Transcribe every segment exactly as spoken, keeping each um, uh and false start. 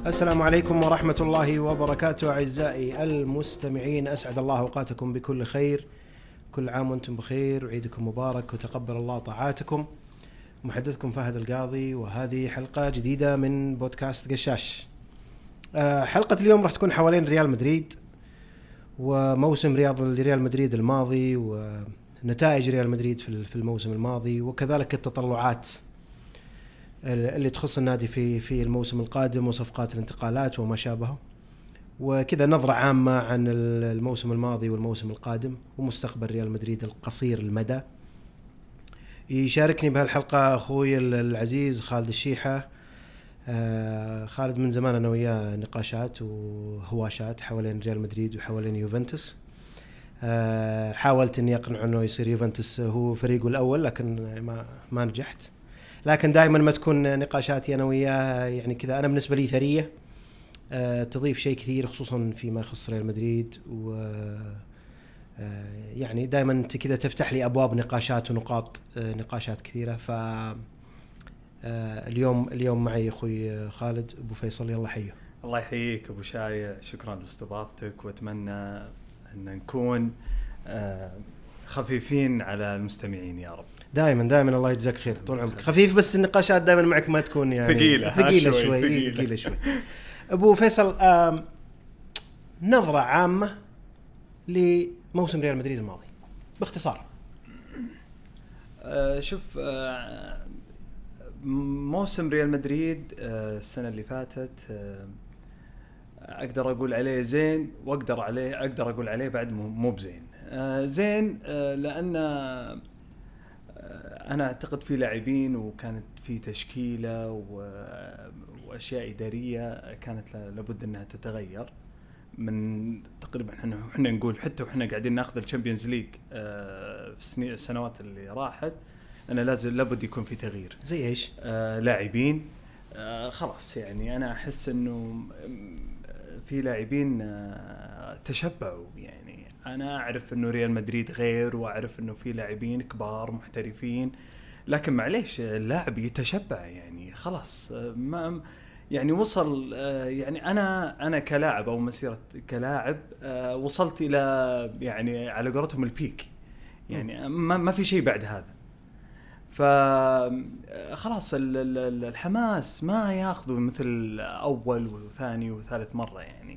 السلام عليكم ورحمة الله وبركاته أعزائي المستمعين، أسعد الله أوقاتكم بكل خير، كل عام وأنتم بخير وعيدكم مبارك وتقبل الله طاعاتكم. محدثكم فهد القاضي، وهذه حلقة جديدة من بودكاست قشاش. حلقة اليوم راح تكون حوالين ريال مدريد وموسم رياض ريال مدريد الماضي ونتائج ريال مدريد في الموسم الماضي، وكذلك التطلعات اللي تخص النادي في في الموسم القادم وصفقات الانتقالات وما شابه، وكذا نظرة عامة عن الموسم الماضي والموسم القادم ومستقبل ريال مدريد القصير المدى. يشاركني بهالحلقة أخوي العزيز خالد الشيحة. آه خالد من زمان أنا وياه نقاشات وهواشات حوالين ريال مدريد وحوالين يوفنتوس. آه حاولت إني أقنعه إنه يصير يوفنتوس هو فريقه الأول، لكن ما ما نجحت. لكن دائما ما تكون نقاشاتي أنا وياه يعني كذا، أنا بالنسبة لي ثرية، أه تضيف شيء كثير خصوصا فيما يخص ريال مدريد، و أه يعني دائما أنت كذا تفتح لي أبواب نقاشات ونقاط أه نقاشات كثيرة. ف أه اليوم اليوم معي أخوي خالد أبو فيصل، يلا حيه. الله يحييك أبو شايع، شكرا لاستضافتك، وأتمنى أن نكون أه خفيفين على المستمعين يا رب. دائما دائما الله يجزاك خير، طول عمرك خفيف، بس النقاشات دائما معك ما تكون يعني ثقيلة ثقيلة شوي ثقيلة, ثقيلة شوي. أبو فيصل، نظرة عامة لموسم ريال مدريد الماضي باختصار. أه شوف، أه موسم ريال مدريد أه السنة اللي فاتت أه أقدر أقول عليه زين، وأقدر عليه أقدر أقول عليه بعد مو بزين. أه زين أه لأن أنا أعتقد في لاعبين وكانت في تشكيلة وأشياء إدارية كانت لابد أنها تتغير. من تقريبا إحنا إحنا نقول حتى وإحنا قاعدين نأخذ الشامبيونز ليج في السنوات اللي راحت، أنا لازم لابد يكون في تغيير. زي إيش؟ آه لاعبين آه خلاص، يعني أنا أحس إنه في لاعبين آه تشبعوا. يعني أنا أعرف إنه ريال مدريد غير، وأعرف إنه في لاعبين كبار محترفين، لكن معليش اللاعب يتشبع يعني خلاص. ما يعني وصل يعني أنا أنا كلاعب أو مسيرة كلاعب وصلت إلى يعني على قولتهم البيك، يعني ما ما في شيء بعد هذا. فخلاص الحماس ما يأخذه مثل أول وثاني وثالث مرة يعني.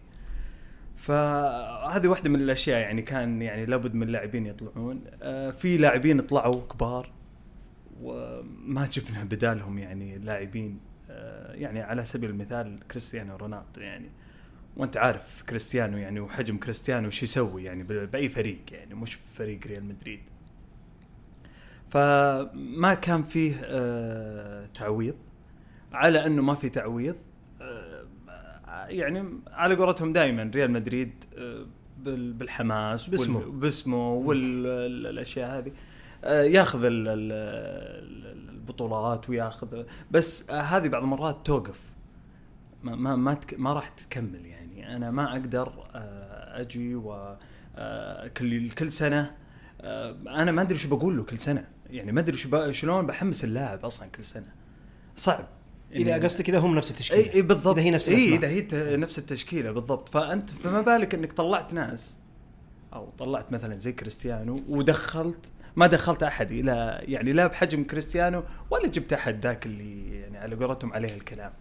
فهذه واحدة من الأشياء يعني كان يعني لابد من اللاعبين يطلعون. في لاعبين طلعوا كبار وما جبنا بدالهم يعني لاعبين، يعني على سبيل المثال كريستيانو رونالدو، يعني وانت عارف كريستيانو يعني وحجم كريستيانو وش يسوي يعني بأي فريق، يعني مش فريق ريال مدريد. فما كان فيه تعويض، على أنه ما في تعويض يعني على قولتهم دائما ريال مدريد بالحماس باسمه باسمه والاشياء هذه ياخذ البطولات وياخذ، بس هذه بعض المرات توقف، ما ما ما, ما راح تكمل. يعني انا ما اقدر اجي وكل كل سنه انا ما ادري شو بقول له كل سنه، يعني ما ادري شلون بحمس اللاعب اصلا كل سنه، صعب. إذا قصدك كذا هم نفس التشكيلة. إيه بالضبط، إذا هي نفس الأسماء. إذا هي نفس التشكيلة بالضبط. فأنت فما بالك إنك طلعت ناس أو طلعت مثلا زي كريستيانو ودخلت ما دخلت أحد إلى يعني لا بحجم كريستيانو ولا جبت أحد ذاك اللي يعني على قولتهم عليه الكلام.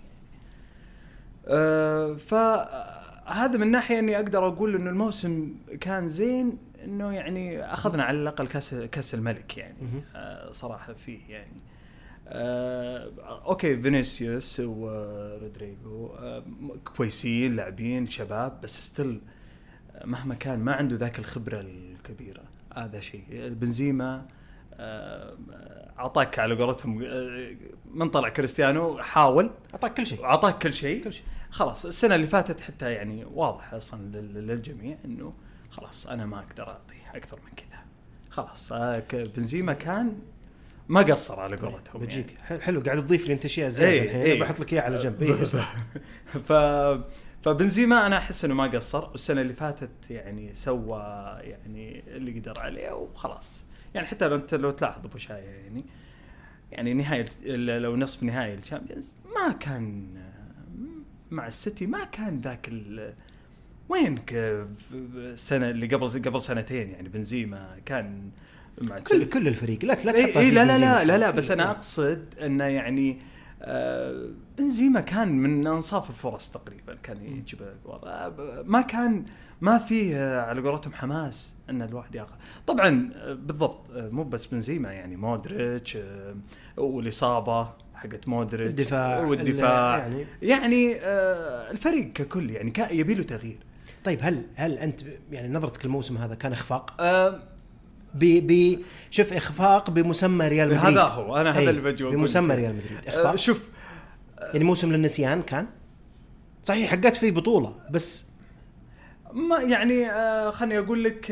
أه فهذا من ناحية إني أقدر أقول إنه الموسم كان زين، إنه يعني أخذنا على الأقل كأس كأس الملك يعني. أه صراحة فيه يعني آه، أوكي فينيسيوس ورودريغو آه، كويسين لاعبين شباب، بس ستيل مهما كان ما عنده ذاك الخبرة الكبيرة. هذا شيء. بنزيما آه، أعطاك على قولتهم آه، من طلع كريستيانو حاول أعطاك كل شيء أعطاك كل شيء. كل شيء خلاص. السنة اللي فاتت حتى يعني واضح أصلا للجميع إنه خلاص أنا ما أقدر أعطي أكثر من كذا. خلاص آه، بنزيما كان ما قصر على قولتهم. بيجيك يعني. حلو قاعد تضيف لي انت اشياء زياده الحين ايه بحط لك اياها على جنب. ايه ف فبنزيما انا احس انه ما قصر، والسنه اللي فاتت يعني سوى يعني اللي قدر عليه وخلاص. يعني حتى لو انت لو تلاحظ ابو شايع يعني يعني نهايه لو نصف نهائي الشامبيونز ما كان مع السيتي ما كان ذاك ال وين السنه اللي قبل قبل سنتين يعني بنزيما كان مع كل كل الفريق لا لا إيه إيه لا لا لا لا, لا بس انا اقصد انه يعني آه بنزيما كان من انصاف الفرص تقريبا كان يجيب ما كان ما فيه على قولتهم حماس ان الواحد ياخذ طبعا بالضبط مو بس بنزيما يعني مودريتش والاصابه حقت مودريتش الدفاع والدفاع يعني, يعني آه الفريق ككل يعني يبي له تغيير. طيب هل هل انت يعني نظرتك الموسم هذا كان اخفاق آه ب ب شوف اخفاق بمسمى ريال مدريد؟ هذا هو انا هذا اللي بجاوب بمسمى ريال مدريد اخفاق. آه شوف يعني موسم للنسيان كان صحيح حقت فيه بطولة بس ما يعني آه خلني اقول لك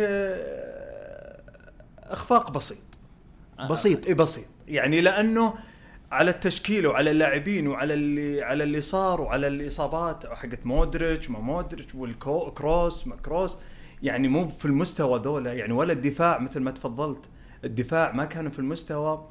آه اخفاق بسيط بسيط اي بسيط يعني لانه على التشكيل وعلى اللاعبين وعلى اللي على اللي صار وعلى الاصابات حقت مودريتش ما مودريتش والكروس ما كروس يعني مو في المستوى ذولا يعني ولا الدفاع مثل ما تفضلت الدفاع ما كانوا في المستوى.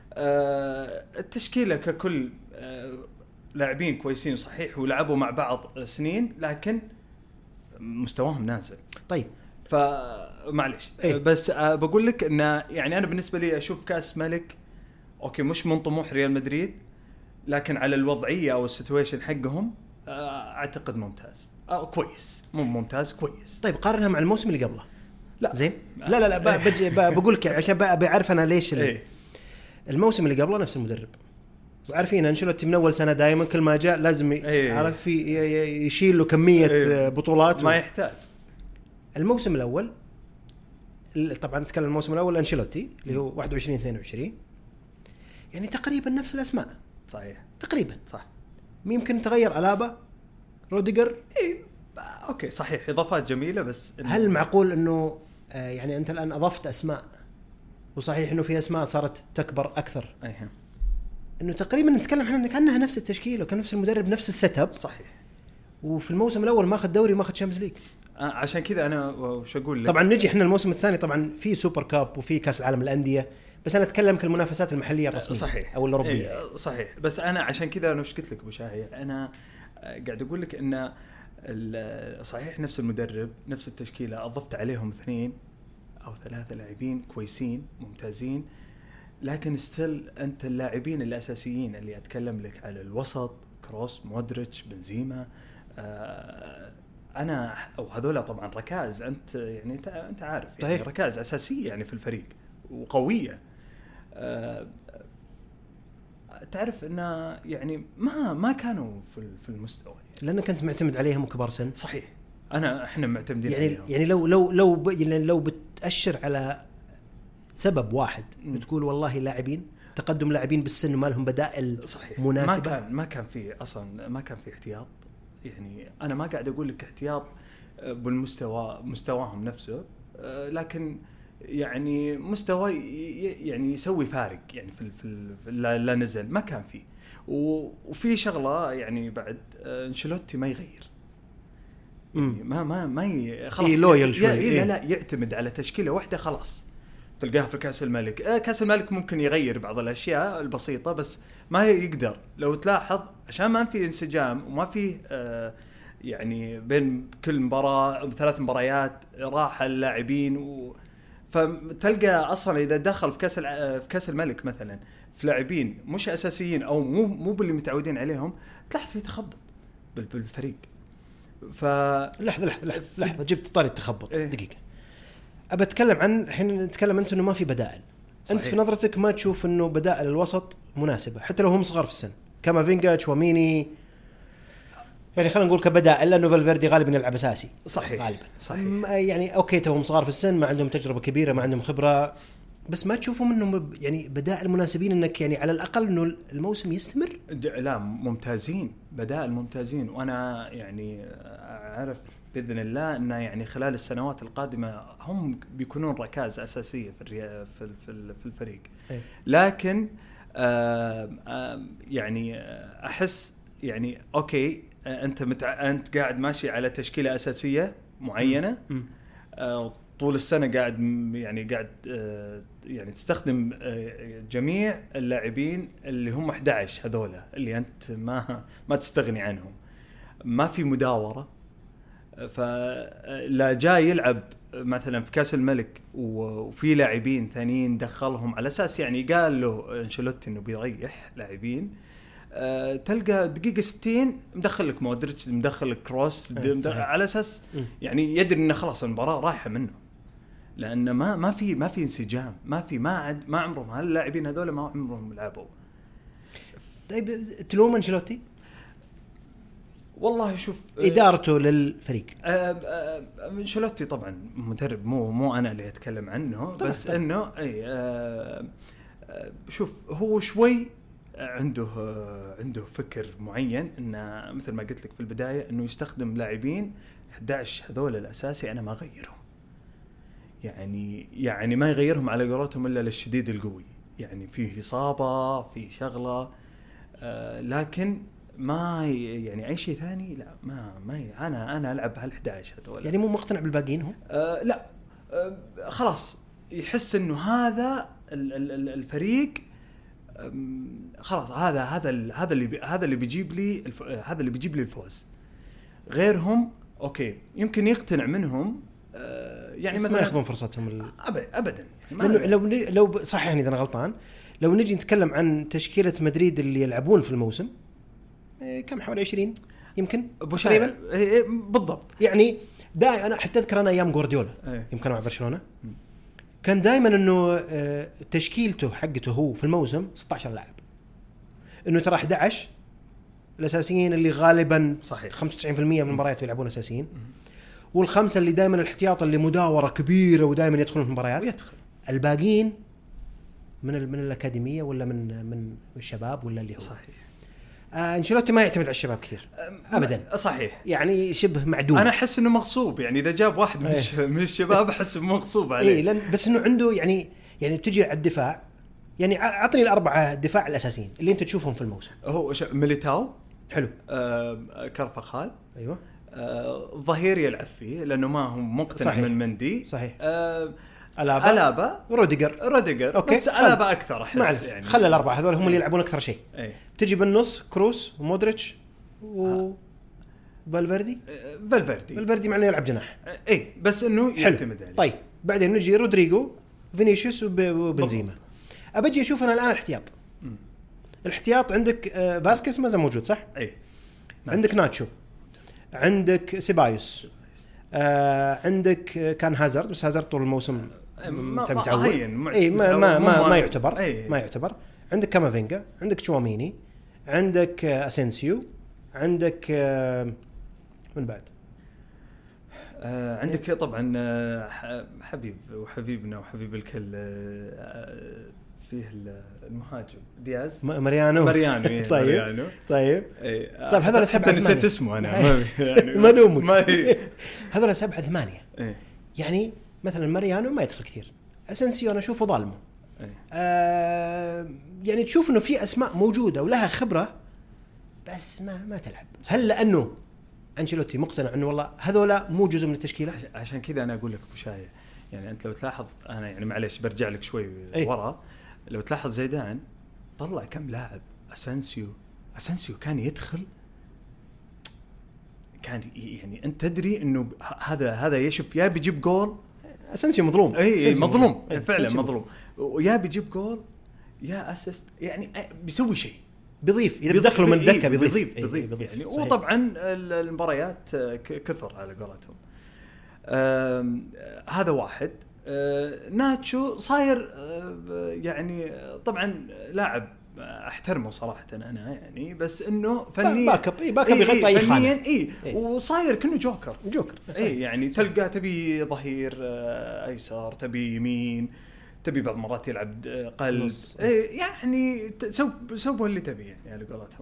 آه التشكيله ككل آه لاعبين كويسين صحيح ولعبوا مع بعض سنين لكن مستواهم نازل. طيب فمعليش إيه؟ بس آه بقول لك ان يعني انا بالنسبه لي اشوف كاس ملك اوكي مش من طموح ريال مدريد لكن على الوضعيه او السيتويشن حقهم آه اعتقد ممتاز آه كويس مو ممتاز كويس. طيب قارنها مع الموسم اللي قبله لا زين لا لا لا بجي بقول لك عشان بعرف انا ليش إيه؟ الموسم اللي قبله نفس المدرب وعارفين أنشيلوتي من أول سنة دائما كل ما جاء لازم أيه. يعرف في يشيل له كمية أيه. بطولات ما و... يحتاج. الموسم الأول طبعا نتكلم الموسم الأول أنشيلوتي اللي هو واحد وعشرين اثنين وعشرين يعني تقريبا نفس الأسماء صحيح تقريبا صح يمكن تغير ألابا روديجر إيه أوكي صحيح إضافات جميلة بس إنه هل معقول إنه آه يعني أنت الآن أضفت أسماء وصحيح إنه في أسماء صارت تكبر أكثر أيه. انه تقريبا نتكلم احنا كانها نفس التشكيل وكان نفس المدرب نفس السيت اب صحيح وفي الموسم الاول ما اخذ دوري ما اخذ شامبيونز ليج. آه عشان كذا انا وش اقول لك طبعا نجي احنا الموسم الثاني طبعا في سوبر كاب وفي كاس العالم للانديه بس انا اتكلم كالمنافسات المحليه الرسميه صحيح او الاوروبيه. إيه صحيح بس انا عشان كذا انا وش قلت لك ابو شاهي انا قاعد اقول لك ان صحيح نفس المدرب نفس التشكيله اضفت عليهم اثنين او ثلاثه لاعبين كويسين ممتازين لكن ستيل انت اللاعبين الاساسيين اللي اتكلم لك على الوسط كروس مودريتش بنزيما آه انا وهذول طبعا ركائز انت يعني انت انت عارف يعني ركائز اساسيه يعني في الفريق وقويه آه تعرف ان يعني ما ما كانوا في في المستوى يعني. لانك انت معتمد عليهم وكبار سن. صحيح انا احنا معتمدين يعني عليهم يعني لو لو لو يعني لو بتأشر على سبب واحد بتقول والله لاعبين تقدم لاعبين بالسن وما لهم بدائل صحيح. مناسبة. ما كان ما كان في اصلا ما كان في احتياط يعني انا ما قاعد اقول لك احتياط بالمستوى مستواهم نفسه لكن يعني مستوى يعني يسوي فارق يعني في في لا نزل ما كان فيه وفي شغله يعني بعد أنشيلوتي ما يغير يعني ما ما ما خلاص إيه لا لا يعتمد على تشكيله واحده خلاص تلقاها في كأس الملك آه كأس الملك ممكن يغير بعض الأشياء البسيطة بس ما يقدر لو تلاحظ عشان ما في انسجام وما في آه يعني بين كل مباراة ثلاث مباريات راح اللاعبين و فتلقى أصلا إذا دخل في كأس في كأس الملك مثلا في لاعبين مش أساسيين أو مو مو باللي متعودين عليهم تلاحظ في تخبط بالفريق. ف لحظة لحظة لحظة جبت طاري التخبط إيه؟ دقيقة أبى أتكلم عن الحين نتكلم أنت إنه ما في بدائل. صحيح. أنت في نظرتك ما تشوف إنه بدائل الوسط مناسبة حتى لو هم صغار في السن كما فينجاتش وميني يعني خلينا نقول كبدائل لأنه فالفيردي غالبا يلعب أساسي. صحيح غالبا صحيح. يعني أوكي توهم صغار في السن ما عندهم تجربة كبيرة ما عندهم خبرة بس ما تشوفهم إنهم يعني بدائل مناسبين إنك يعني على الأقل إنه الموسم يستمر. لا ممتازين بدائل ممتازين وأنا يعني أعرف بإذن الله أن يعني خلال السنوات القادمة هم بيكونون ركائز أساسية في في في الفريق. لكن آه آه يعني أحس يعني أوكي أنت متع... أنت قاعد ماشي على تشكيلة أساسية معينة آه طول السنة قاعد يعني قاعد آه يعني تستخدم آه جميع اللاعبين اللي هم أحد عشر هذولا اللي أنت ما ما تستغني عنهم ما في مداورة. فلا جاي يلعب مثلا في كاس الملك وفي لاعبين ثانيين دخلهم على اساس يعني قال له انشيلوتي انه بيريح لاعبين، أه تلقى دقيقه ستين مدخل لك مودريتش، مدخل لك كروس، على اساس يعني يدري انه خلاص المباراه رايحه منه، لان ما ما في ما في انسجام، ما في ما عد ما عمرهم هاللاعبين هذول ما عمرهم لعبوا. طيب تلوم انشيلوتي؟ والله شوف ادارته للفريق انشيلوتي طبعا مدرب، مو مو انا اللي اتكلم عنه، بس طبعًا. انه اي آه شوف هو شوي عنده عنده فكر معين، انه مثل ما قلت لك في البدايه انه يستخدم لاعبين أحد عشر هذول الاساسي انا ما اغيرهم، يعني يعني ما يغيرهم على قولتهم الا للشديد القوي، يعني فيه اصابه في شغله آه لكن ما يعني اي شيء ثاني لا ما ما انا انا العب هال11 هذول. يعني مو مقتنع بالباقيين هو؟ آه لا آه خلاص يحس انه هذا الفريق خلاص هذا هذا هذا اللي هذا اللي بيجيب لي هذا اللي بيجيب لي الفوز. غيرهم اوكي يمكن يقتنع منهم آه يعني مثلا ما ياخذون فرصتهم ال... ابدا ابدا لانه لو لو صحيح اذا انا غلطان، لو نجي نتكلم عن تشكيله مدريد اللي يلعبون في الموسم كم حوالي عشرين يمكن تقريبا بالضبط. يعني دا انا حتى اذكر انا ايام غوارديولا ايه. يمكن مع برشلونه كان دائما انه تشكيلته حقته هو في الموسم ستة عشر لاعب، انه ترى أحد عشر الاساسيين اللي غالبا صحيح. خمسة وتسعين بالمئة من المباريات بيلعبون اساسيين، والخمسه اللي دائما الاحتياط اللي مداوره كبيره ودائما يدخلون في المباريات ويدخل. الباقيين من من الاكاديميه ولا من من الشباب ولا اللي هو صحيح. آه انشيلوتي ما يعتمد على الشباب كثير ابدا. صحيح. يعني شبه معدوم. انا احس انه مغصوب، يعني اذا جاب واحد من, ايه. من الشباب احس مغصوب عليه. اي لان بس انه عنده يعني يعني تجي على الدفاع، يعني اعطني الاربعه دفاع الاساسيين اللي انت تشوفهم في الموسم. هو ميليتاو حلو، آه كارفاخال، ايوه آه ظهير يلعب فيه لانه ما هو مقتنع من مندي. صحيح. آه ألابا ألابا روديجر روديجر بس ألابا أكثر أحس يعني. خلى الأربعة هذول هم اللي يلعبون أكثر شيء. ايه. تجي بالنص كروس ومودريتش و فالفيردي فالفيردي فالفيردي معناه يلعب جناح. ايه بس إنه يعتمد عليه. طيب بعدين نجي رودريجو فينيسيوس وبنزيما. أبجي أشوف أنا الآن الاحتياط. م. الاحتياط عندك باسكيس ما زال موجود صح؟ ايه. عندك ناتشو، عندك سيبايوس، آه عندك كان هازارد، بس هازارد طول الموسم متعود. اي ما ما ما, ما يعتبر أي. ما يعتبر. عندك كامافينجا، عندك تشواميني، عندك اسينسيو، عندك آه من بعد آه عندك طبعا حبيب وحبيبنا وحبيب الكل آه فيه المهاجم دياز ماريانو ماريانو إيه طيب ماريانو. طيب إيه. طيب هذول سبعة نسيت اسمه انا يعني ما لومك. هذول سبعة ثمانية إيه. يعني مثلا ماريانو ما يدخل كثير، اسنسيو انا اشوفه ظالمه. إيه. آه يعني تشوف انه في اسماء موجوده ولها خبره بس ما ما تلعب. هل لانه انشيلوتي مقتنع انه والله هذول مو جزء من التشكيله؟ عشان كذا انا اقول لك ابو شايع، يعني انت لو تلاحظ انا يعني معليش برجع لك شوي أي. ورا، لو تلاحظ زيدان طلع كم لاعب. اسنسيو اسنسيو كان يدخل كان يعني انت تدري انه هذا هذا يشوف يا بيجيب جول. اسنسيو مظلوم. اي مظلوم أي. فعلا مظلوم، ويا بيجيب جول يا اسيست، يعني بيسوي شيء، بيضيف اذا بدخله من الدكه بيضيف بيضيف, بيضيف, بيضيف, بيضيف يعني. صحيح. وطبعا المباريات كثر على قولتهم. هذا واحد. آه ناتشو صاير آه يعني طبعا لاعب احترمه صراحه انا يعني، بس انه فنيا باك اب باك اب يغطي اي خانه فنيا اي إيه. وصاير كأنه جوكر جوكر اي يعني تلقى تبي ظهير آه ايسر، تبي يمين، تبي بعض مرات يلعب قلب اي يعني سو سووا اللي تبي يعني على قولتهم.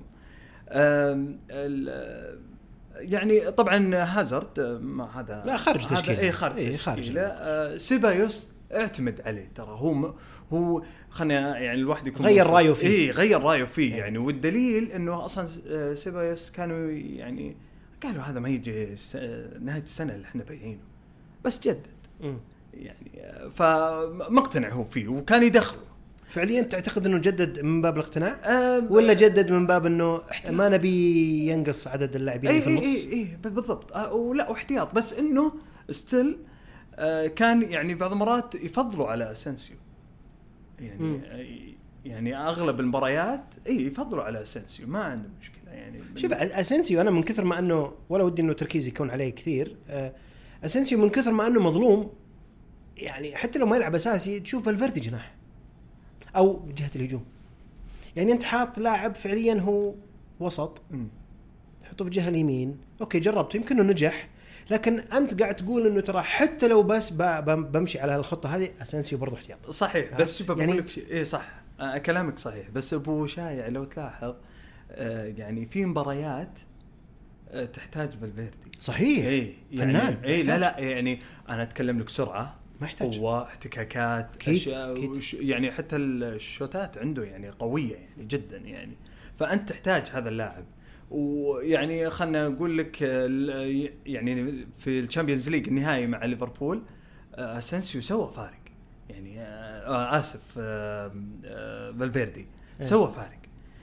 يعني طبعا هازارد ما هذا لا خارج تشكيله اي خارج إيه خارج آه سيبايوس اعتمد عليه ترى هو هو خلينا يعني الواحد يكون غير رايه فيه. اي غير رايه فيه إيه. يعني والدليل انه اصلا سيبايوس كانوا يعني قالوا هذا ما يجي نهايه السنه اللي احنا بايعينه بس جدد م. يعني فمقتنع هو فيه وكان يدخله. فعليا تعتقد انه جدد من باب الاقتناع أه ولا جدد من باب انه ما نبي ينقص عدد اللاعبين أي في النص؟ اي اي اي بالضبط. أه ولا احتياط، بس انه ستيل أه كان يعني بعض المرات يفضلوا على اسنسيو يعني م. يعني اغلب المباريات اي يفضلوا على اسنسيو، ما عنده مشكله يعني. شوف اسنسيو انا من كثر ما انه ولا ودي انه تركيزي يكون عليه كثير، اسنسيو من كثر ما انه مظلوم يعني حتى لو ما يلعب اساسي تشوف فالفيردي جناح او جهه الهجوم، يعني انت حاط لاعب فعليا هو وسط تحطه في جهه اليمين، اوكي جربته يمكن انه نجح، لكن انت قاعد تقول انه ترى حتى لو بس بمشي على الخطه هذه اسنسيو برضه احتياط. صحيح، بس شوف بقول لك شيء، ايه صح آه كلامك صحيح، بس ابو شايع لو تلاحظ آه يعني في مباريات آه تحتاج فالفيردي. صحيح ايه يعني ايه لا لا يعني انا اتكلم لك سرعه، ما يحتاج قوه، احتكاكات، اشياء يعني حتى الشوتات عنده يعني قويه يعني جدا يعني، فانت تحتاج هذا اللاعب. ويعني خلنا نقول لك يعني في الشامبيونز ليج النهائي مع ليفربول اسنسيو سوى فارق يعني آه اسف آه آه فالفيردي سوى فارق،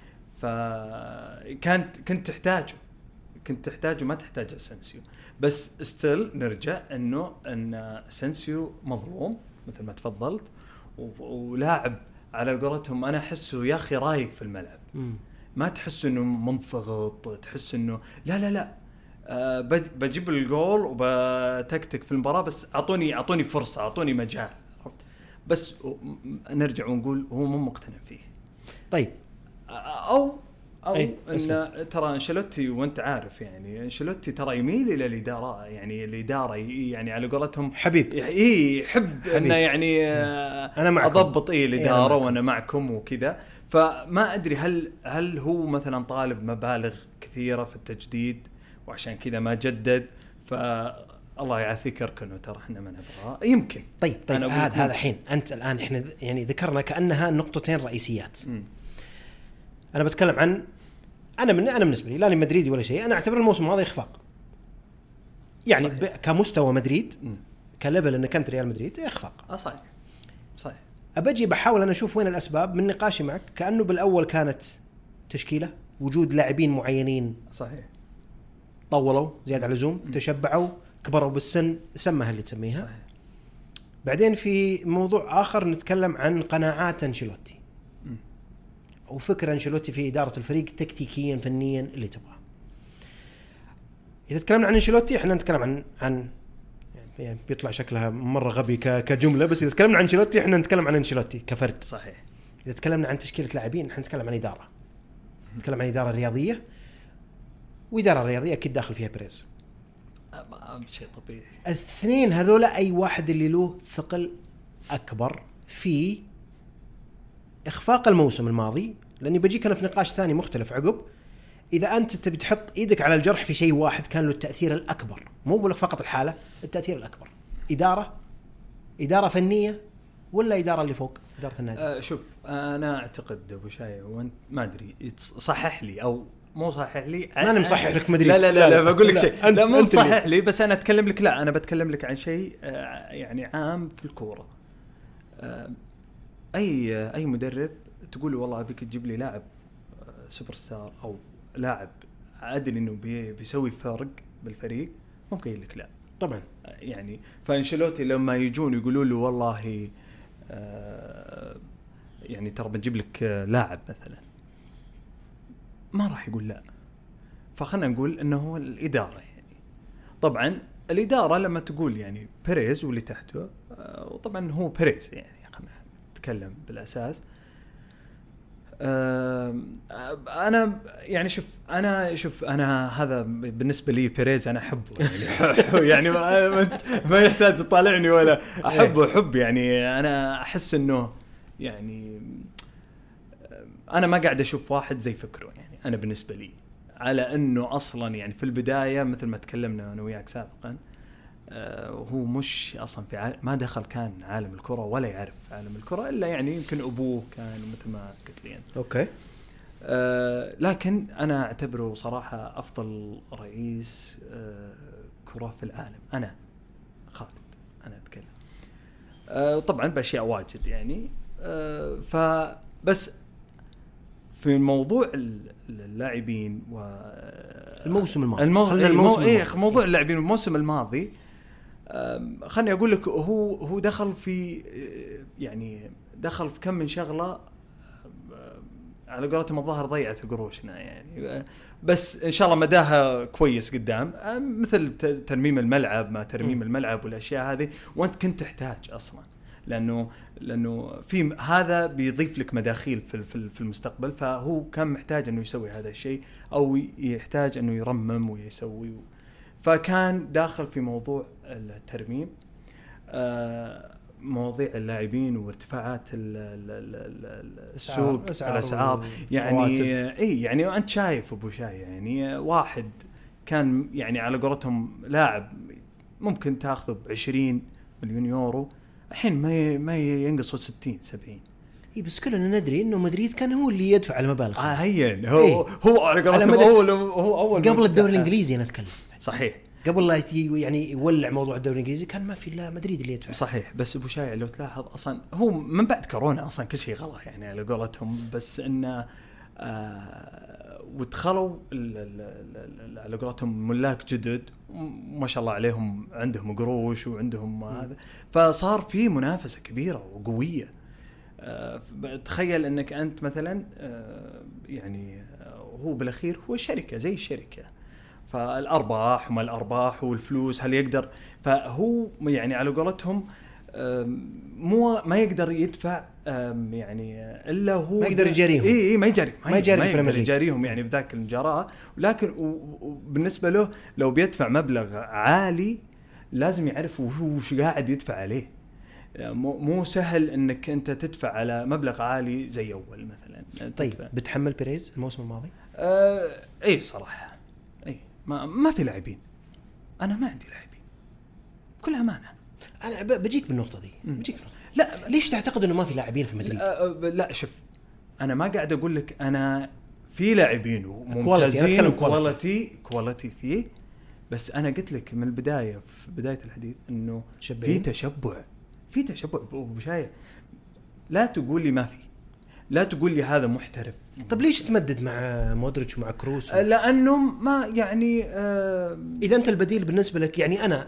فكانت كنت تحتاجه كنت تحتاجه ما تحتاج اسنسيو. بس ستيل نرجع انه ان اسنسيو مظلوم مثل ما تفضلت، ولاعب على قولتهم انا احسه يا اخي رايق في الملعب، م. ما تحس انه منضغط، تحس انه لا لا لا أه بجيب الجول وبتكتك في المباراة، بس اعطوني اعطوني فرصة، اعطوني مجال، عرفت؟ بس نرجع ونقول هو مو مقتنع فيه. طيب او او ان ترى انشيلوتي وانت عارف يعني انشيلوتي ترى يميل الى الاداره، يعني الاداره يعني على قولتهم حبيب اي يحب انه يعني انا اضبط ايه الاداره وانا معكم وكذا. فما ادري هل هل هو مثلا طالب مبالغ كثيره في التجديد وعشان كذا ما جدد، فالله يعافيك اركنه ترى احنا ما نبغاه يمكن. طيب طيب هذا هذا الحين انت الان احنا يعني ذكرنا كانها نقطتين رئيسيات. م. انا بتكلم عن انا من انا بالنسبه لي لاني مدريدي ولا شيء، انا اعتبر الموسم هذا اخفاق يعني ب... كمستوى مدريد م. كليفل انك انت ريال مدريد اخفاق. اه صحيح صحيح. ابجي بحاول انا اشوف وين الاسباب من نقاشي معك، كانه بالاول كانت تشكيله وجود لاعبين معينين صحيح طولوا زياده على اللزوم، تشبعوا كبروا بالسن، سمها اللي تسميها صحيح. بعدين في موضوع اخر نتكلم عن قناعات انشيلوتي وفكر انشيلوتي في إدارة الفريق تكتيكيا فنيا اللي تبغاه. إذا تكلمنا عن انشيلوتي احنا نتكلم عن عن يعني بيطلع شكلها مرة غبي كجملة، بس إذا تكلمنا عن انشيلوتي احنا نتكلم عن انشيلوتي كفرد. صحيح. إذا تكلمنا عن تشكيلة لاعبين احنا نتكلم عن إدارة، نتكلم عن إدارة رياضية، وإدارة رياضية أكيد داخل فيها بريز. شيء طبيعي. الاثنين هذولا أي واحد اللي له ثقل أكبر في إخفاق الموسم الماضي، لأني بجيك أنا في نقاش ثاني مختلف عقب. إذا أنت تبي تحط إيدك على الجرح في شيء واحد كان له التأثير الأكبر، مو بقول فقط الحالة، التأثير الأكبر، إدارة إدارة فنية ولا إدارة اللي فوق إدارة النادي؟ أه شوف أنا أعتقد أبو شاي وأنت ما أدري صحح لي أو مو صحح لي، ما أنا مصحح لك مدري. لا لا لا, لا, لا بقول لك شيء لا مو صحح لي، بس أنا أتكلم لك لا أنا بتكلم لك عن شيء يعني عام في الكورة. أه أي أي مدرب تقول والله أبيك تجيب لي لاعب سوبر ستار أو لاعب أدري إنه بي بيسوي فرق بالفريق، ممكن يقول لك لا طبعا يعني. فانشيلوتي لما يجون يقولوا له والله آه يعني ترى بنجيب لك لاعب مثلا، ما راح يقول لا. فخلنا نقول إنه هو الإدارة يعني. طبعا الإدارة لما تقول يعني بيريز واللي تحته آه وطبعا هو بيريز يعني خلنا نتكلم بالأساس. أه أنا يعني شوف أنا شوف أنا هذا بالنسبة لي بيريز أنا أحبه يعني, يعني ما, ما يحتاج تطالعني ولا أحبه حب يعني. أنا أحس إنه يعني أنا ما قاعد أشوف واحد زي فكره يعني. أنا بالنسبة لي على إنه أصلا يعني في البداية مثل ما تكلمنا أنا وياك سابقا آه هو مش أصلا في عالم ما دخل كان عالم الكرة ولا يعرف عالم الكرة إلا يعني يمكن أبوه كان مثل ما قلت لي أنت. أوكي. آه لكن أنا أعتبره صراحة أفضل رئيس آه كرة في العالم. أنا خالد أنا أتكلم آه طبعا بأشياء واجد يعني آه فبس في موضوع اللاعبين و الموسم الماضي المو... خلينا الموسم الموسم الماضي. موضوع اللاعبين الموسم الماضي خلني اقول لك هو هو دخل في يعني دخل في كم من شغله على قولتهم الظاهر ضيعت قروشنا يعني بس ان شاء الله مداها كويس قدام مثل ترميم الملعب ما ترميم م. الملعب والاشياء هذه وانت كنت تحتاج اصلا لانه لانه في هذا بيضيف لك مداخيل في في المستقبل فهو كان محتاج انه يسوي هذا الشيء او يحتاج انه يرمم ويسوي فكان داخل في موضوع الترميم مواضيع اللاعبين وارتفاعات السوق الاسعار يعني اي يعني انت شايف ابو شاي يعني واحد كان يعني على قولتهم لاعب ممكن تاخذه بعشرين مليون يورو الحين ما ما ينقصوا ستين سبعين. اي بس كلنا ندري انه مدريد كان هو اللي يدفع المبالغ. اه هي هو إيه؟ هو على قولتهم اول هو اول قبل الدوري الانجليزي انا اتكلم. صحيح. قبل لا يعني يولع موضوع الدوري الانجليزي كان ما في الا مدريد اللي يدفع. صحيح بس ابو شايع لو تلاحظ اصلا هو من بعد كورونا اصلا كل شيء غلط يعني على قولتهم بس انه آه ودخلوا على قولتهم ملاك جدد ما شاء الله عليهم عندهم قروش وعندهم هذا فصار في منافسه كبيره وقويه. آه تخيل انك انت مثلا آه يعني هو بالاخير هو شركه زي الشركه فالأرباح وما الأرباح والفلوس هل يقدر فهو يعني على قولتهم مو ما يقدر يدفع يعني إلا هو ما يقدر يجاريهم إيه إيه ما يجاري ما يجاري ما يقدر يجاريهم يعني بذاك الجراءة لكن وبالنسبة له لو بيدفع مبلغ عالي لازم يعرف وش قاعد يدفع عليه مو سهل إنك أنت تدفع على مبلغ عالي زي أول مثلا. طيب بتحمل بيريز الموسم الماضي؟ آه إيه صراحة اي ما ما في لاعبين انا ما عندي لاعبين بكل امانه انا بجيك بالنقطه دي بجيك بالنقطة. لا ليش تعتقد انه ما في لاعبين في مدريد؟ لا, لا شوف انا ما قاعد اقول لك انا في لاعبين وممتازين كواليتي كواليتي فيه بس انا قلت لك من البدايه في بدايه الحديث انه في تشبع في تشبع ابو شايع لا تقول لي ما في لا تقول لي هذا محترف. طب ليش تمدد مع مودريتش ومع كروس؟ و... لأنه ما يعني آه إذا أنت البديل بالنسبة لك يعني أنا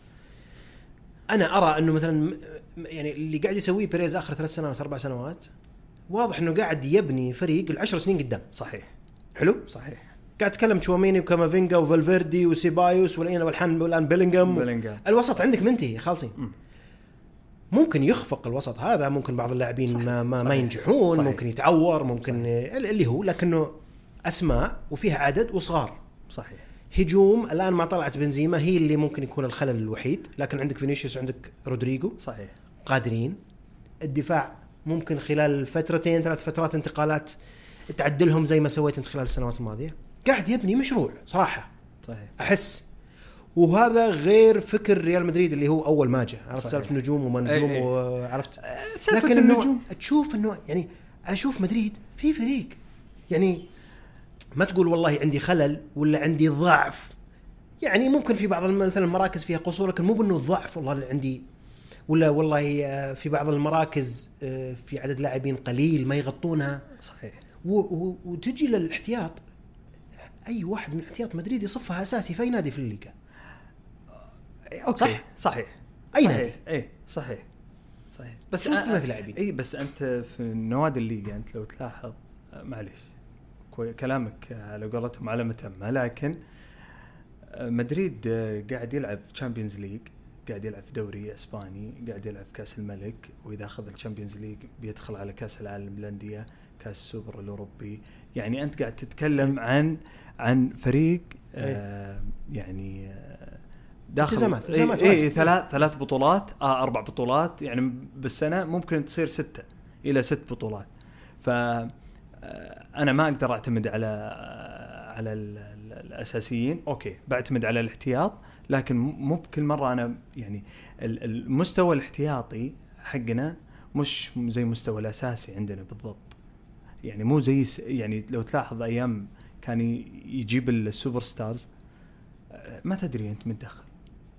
أنا أرى أنه مثلا يعني اللي قاعد يسويه بيريز آخر ثلاث سنوات أربع سنوات واضح أنه قاعد يبني فريق العشر سنين قدام. صحيح حلو صحيح. قاعد تكلم تشواميني وكامافينجا وفالفيردي وسيبايوس والآن والحين والآن بيلينغهام بيلينغهام الوسط عندك منتهي خالصين. م. ممكن يخفق الوسط هذا ممكن بعض اللاعبين ما ما, ما ينجحون صحيح. ممكن يتعور ممكن صحيح. اللي هو لكنه أسماء وفيها عدد وصغار. صحيح. هجوم الآن ما طلعت بنزيما هي اللي ممكن يكون الخلل الوحيد لكن عندك فينيسيوس وعندك رودريجو صحيح قادرين. الدفاع ممكن خلال فترتين ثلاث فترات انتقالات تعدلهم زي ما سويت انت خلال السنوات الماضية. قاعد يبني مشروع صراحة صحيح. أحس وهذا غير فكر ريال مدريد اللي هو أول ما جاء عرفت سالفة نجوم وما نجوم أي وعرفت لكن إنه تشوف إنه يعني أشوف مدريد في فريق يعني ما تقول والله عندي خلل ولا عندي ضعف يعني ممكن في بعض مثلا المراكز فيها قصور لكن مو بأنه ضعف والله عندي ولا والله في بعض المراكز في عدد لاعبين قليل ما يغطونها. صحيح. وتجي للاحتياط أي واحد من احتياط مدريد يصفها أساسي في أي نادي في الليغا. أوكي. صح صحيح أي نادي إيه صحيح صحيح بس ما في لاعبين. إيه بس أنت في نوادي الليغا أنت لو تلاحظ معليش كلامك على قولتهم على متمة لكن مدريد قاعد يلعب تشامبيونز ليج قاعد يلعب في دوري اسباني قاعد يلعب كاس الملك واذا اخذ الشامبيونز ليج بيدخل على كاس العالم للانديه كاس السوبر الاوروبي يعني انت قاعد تتكلم عن عن فريق آه يعني آه داخل التزامات اي إيه ثلاث ثلاث بطولات آه اربع بطولات يعني بالسنه ممكن تصير ستة الى ست بطولات. ف انا ما اقدر اعتمد على على الاساسيين اوكي بعتمد على الاحتياط لكن مو بكل مره انا يعني المستوى الاحتياطي حقنا مش زي مستوى الاساسي عندنا بالضبط يعني مو زي يعني لو تلاحظ ايام كان يجيب السوبر ستارز ما تدري انت من دخل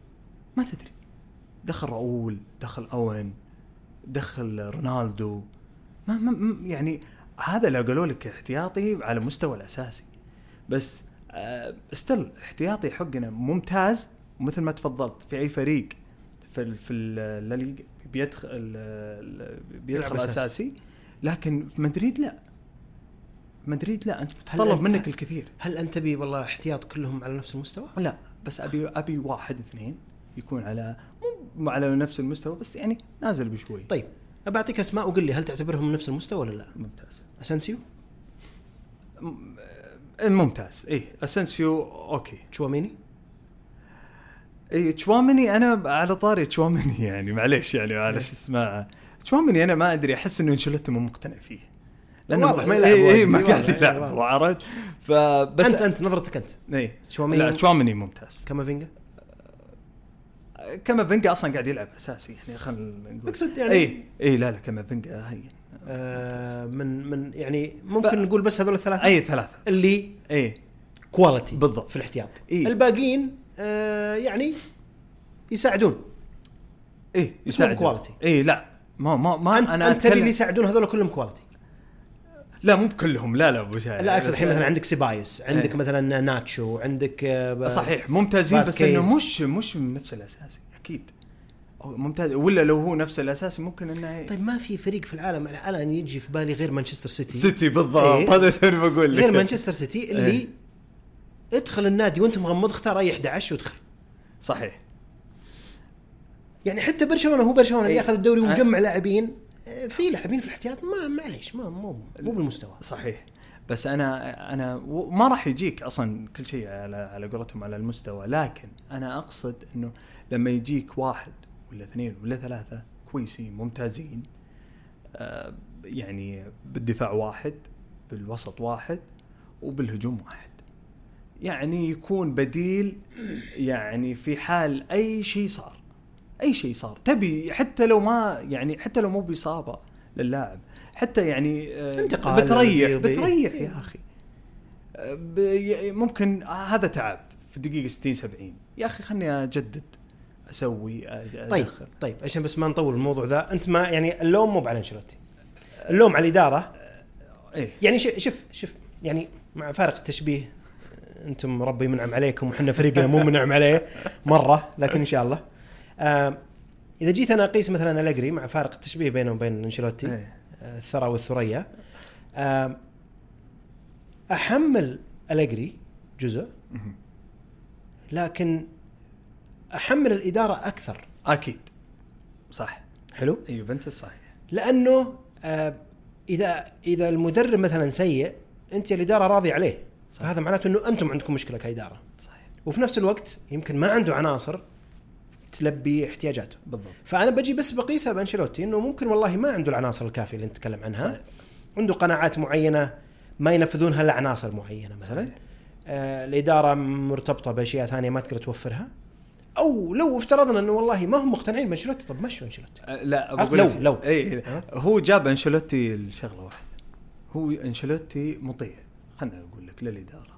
ما تدري دخل راؤول دخل اوين دخل رونالدو ما, ما يعني هذا لو قالوا لك احتياطي على مستوى الأساسي، بس استل احتياطي حقنا ممتاز. ومثل ما تفضلت في أي فريق في في اللي بيدخل بيدخل أساسي، لكن في مدريد لا، مدريد لا، أنت تطلب منك الكثير. هل أنت بي والله احتياط كلهم على نفس المستوى؟ لا، بس أبي أبي واحد اثنين يكون على مو على نفس المستوى، بس يعني نازل بشوي. طيب أبعطيك أسماء وقل لي هل تعتبرهم نفس المستوى ولا لا؟ ممتاز. أسنسيو ممتاز، إيه أسنسيو أوكي. تشواميني إيه تشواميني أنا على طاري تشواميني يعني معليش يعني على شو اسمه تشواميني أنا ما أدري، أحس إنه أنشيلوتي مو مقتنع فيه لأنه واضح ما يلعب. إيه إيه ما قاعد يلعب وعرض. فبس أنت أنت نظرتك أنت إيه تشواميني. لا تشواميني ممتاز. كامافينجا كامافينجا أصلا قاعد يلعب أساسي يعني خلنا نقول أقصد يعني إيه إيه لا لا كامافينجا هين آه من من يعني ممكن نقول بس هذول الثلاثة أي ثلاثة اللي إيه كواليتي بالضبط في الاحتياط. إيه؟ الباقيين آه يعني يساعدون إيه يساعدون كواليتي. إيه لا ما ما ما أنت أنا أنت اللي يساعدون هذول كلهم كواليتي. لا مو كلهم لا لا ابو شاي. لا اقصد الحين مثلا عندك سيبايوس، عندك ايه. مثلا ناتشو، عندك صحيح ممتازين بس انه مش مش من نفس الاساسي اكيد ممتاز، ولا لو هو نفس الاساسي ممكن انه. طيب ما في فريق في العالم الان يجي في بالي غير مانشستر سيتي. سيتي بالضبط هذا ايه؟ اللي بقول لك غير مانشستر سيتي اللي ايه؟ ادخل النادي وانت مغمض اختار اي أحد عشر وادخل. صحيح يعني حتى برشلونه هو برشلونه اللي ايه؟ ياخذ الدوري ومجمع لاعبين، في لاعبين في الاحتياط ما معليش ما مو مو بالمستوى. صحيح بس انا انا ما راح يجيك اصلا كل شيء على على قولتهم على المستوى، لكن انا اقصد انه لما يجيك واحد ولا اثنين ولا ثلاثه كويسين ممتازين آه يعني بالدفاع واحد بالوسط واحد وبالهجوم واحد، يعني يكون بديل يعني في حال اي شيء صار اي شيء صار تبي حتى لو ما يعني حتى لو مو بإصابة للاعب حتى يعني بتريح بتريح يا أخي ممكن هذا تعب في الدقيقة ستين سبعين يا أخي خلني أجدد أسوي أدخل. طيب طيب عشان بس ما نطول الموضوع ذا، أنت ما يعني اللوم مو على أنشيلوتي، اللوم على الإدارة. إيه؟ يعني شوف شوف يعني مع فارق التشبيه، أنتم ربي منعم عليكم وحنا فريقنا مو منعم عليه مرة، لكن إن شاء الله آه إذا جيت أنا أقيس مثلا أليجري مع فارق التشبيه بينه وبين أنشيلوتي إيه؟ الثرى والثريا، آه أحمل أليجري جزء لكن أحمل الإدارة أكثر. أكيد صح حلو يوفنتوس صحيح، لأنه آه إذا إذا المدرب مثلا سيء أنت الإدارة راضي عليه صح. فهذا معناته أنه أنتم عندكم مشكلة كإدارة صحيح. وفي نفس الوقت يمكن ما عنده عناصر تلبي احتياجاته بالضبط. فأنا بجي بس بقيسها بأنشيلوتي إنه ممكن والله ما عنده العناصر الكافية اللي نتكلم عنها صحيح. عنده قناعات معينة ما ينفذونها لعناصر معينة مثلا آه الإدارة مرتبطة بأشياء ثانية ما تقدر توفرها، أو لو افترضنا إنه والله ما هم مقتنعين بأنشيلوتي طب مشوا أنشيلوتي. أه لا بقول لو لو ايه هو جاب أنشيلوتي الشغلة واحدة، هو أنشيلوتي مطيع خلنا أقول لك للإدارة،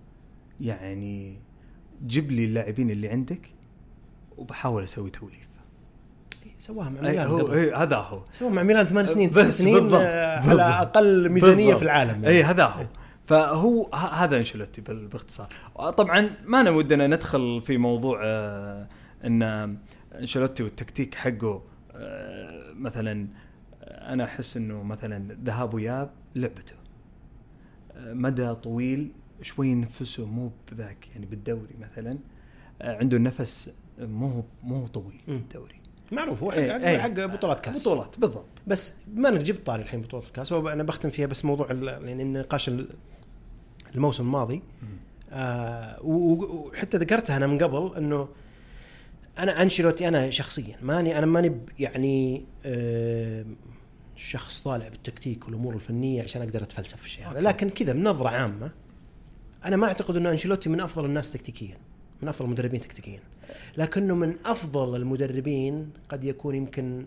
يعني جيب لي اللاعبين اللي عندك وبحاول أسوي توليفة. سواها مع ميلان قبل إيه هذا هو سواها مع ميلان ثمان سنين تسع سنين بالضبط. على أقل ميزانية بالضبط. في العالم يعني. إيه هذا هو فهو هذا أنشيلوتي باختصار. طبعا ما نودنا ندخل في موضوع آه إن أنشيلوتي والتكتيك حقه آه مثلا أنا أحس إنه مثلا ذهاب وياب لعبته آه مدى طويل شوي نفسه مو بذاك يعني بالدوري مثلا آه عنده النفس مو مو طويل الدوري معروف هو ايه ايه حق بطولات كاس بطولات بالضبط. بس ما انك جبت طاري الحين بطولة الكاس وانا بختم فيها بس موضوع يعني النقاش الموسم الماضي آه وحتى ذكرتها انا من قبل انه انا أنشيلوتي انا شخصيا ماني انا ماني يعني آه شخص طالع بالتكتيك والامور الفنيه عشان اقدر اتفلسف في الشيء هذا، لكن كذا بنظره عامه انا ما اعتقد انه أنشيلوتي من افضل الناس تكتيكيا من افضل المدربين تكتيكيا، لكنه من افضل المدربين قد يكون يمكن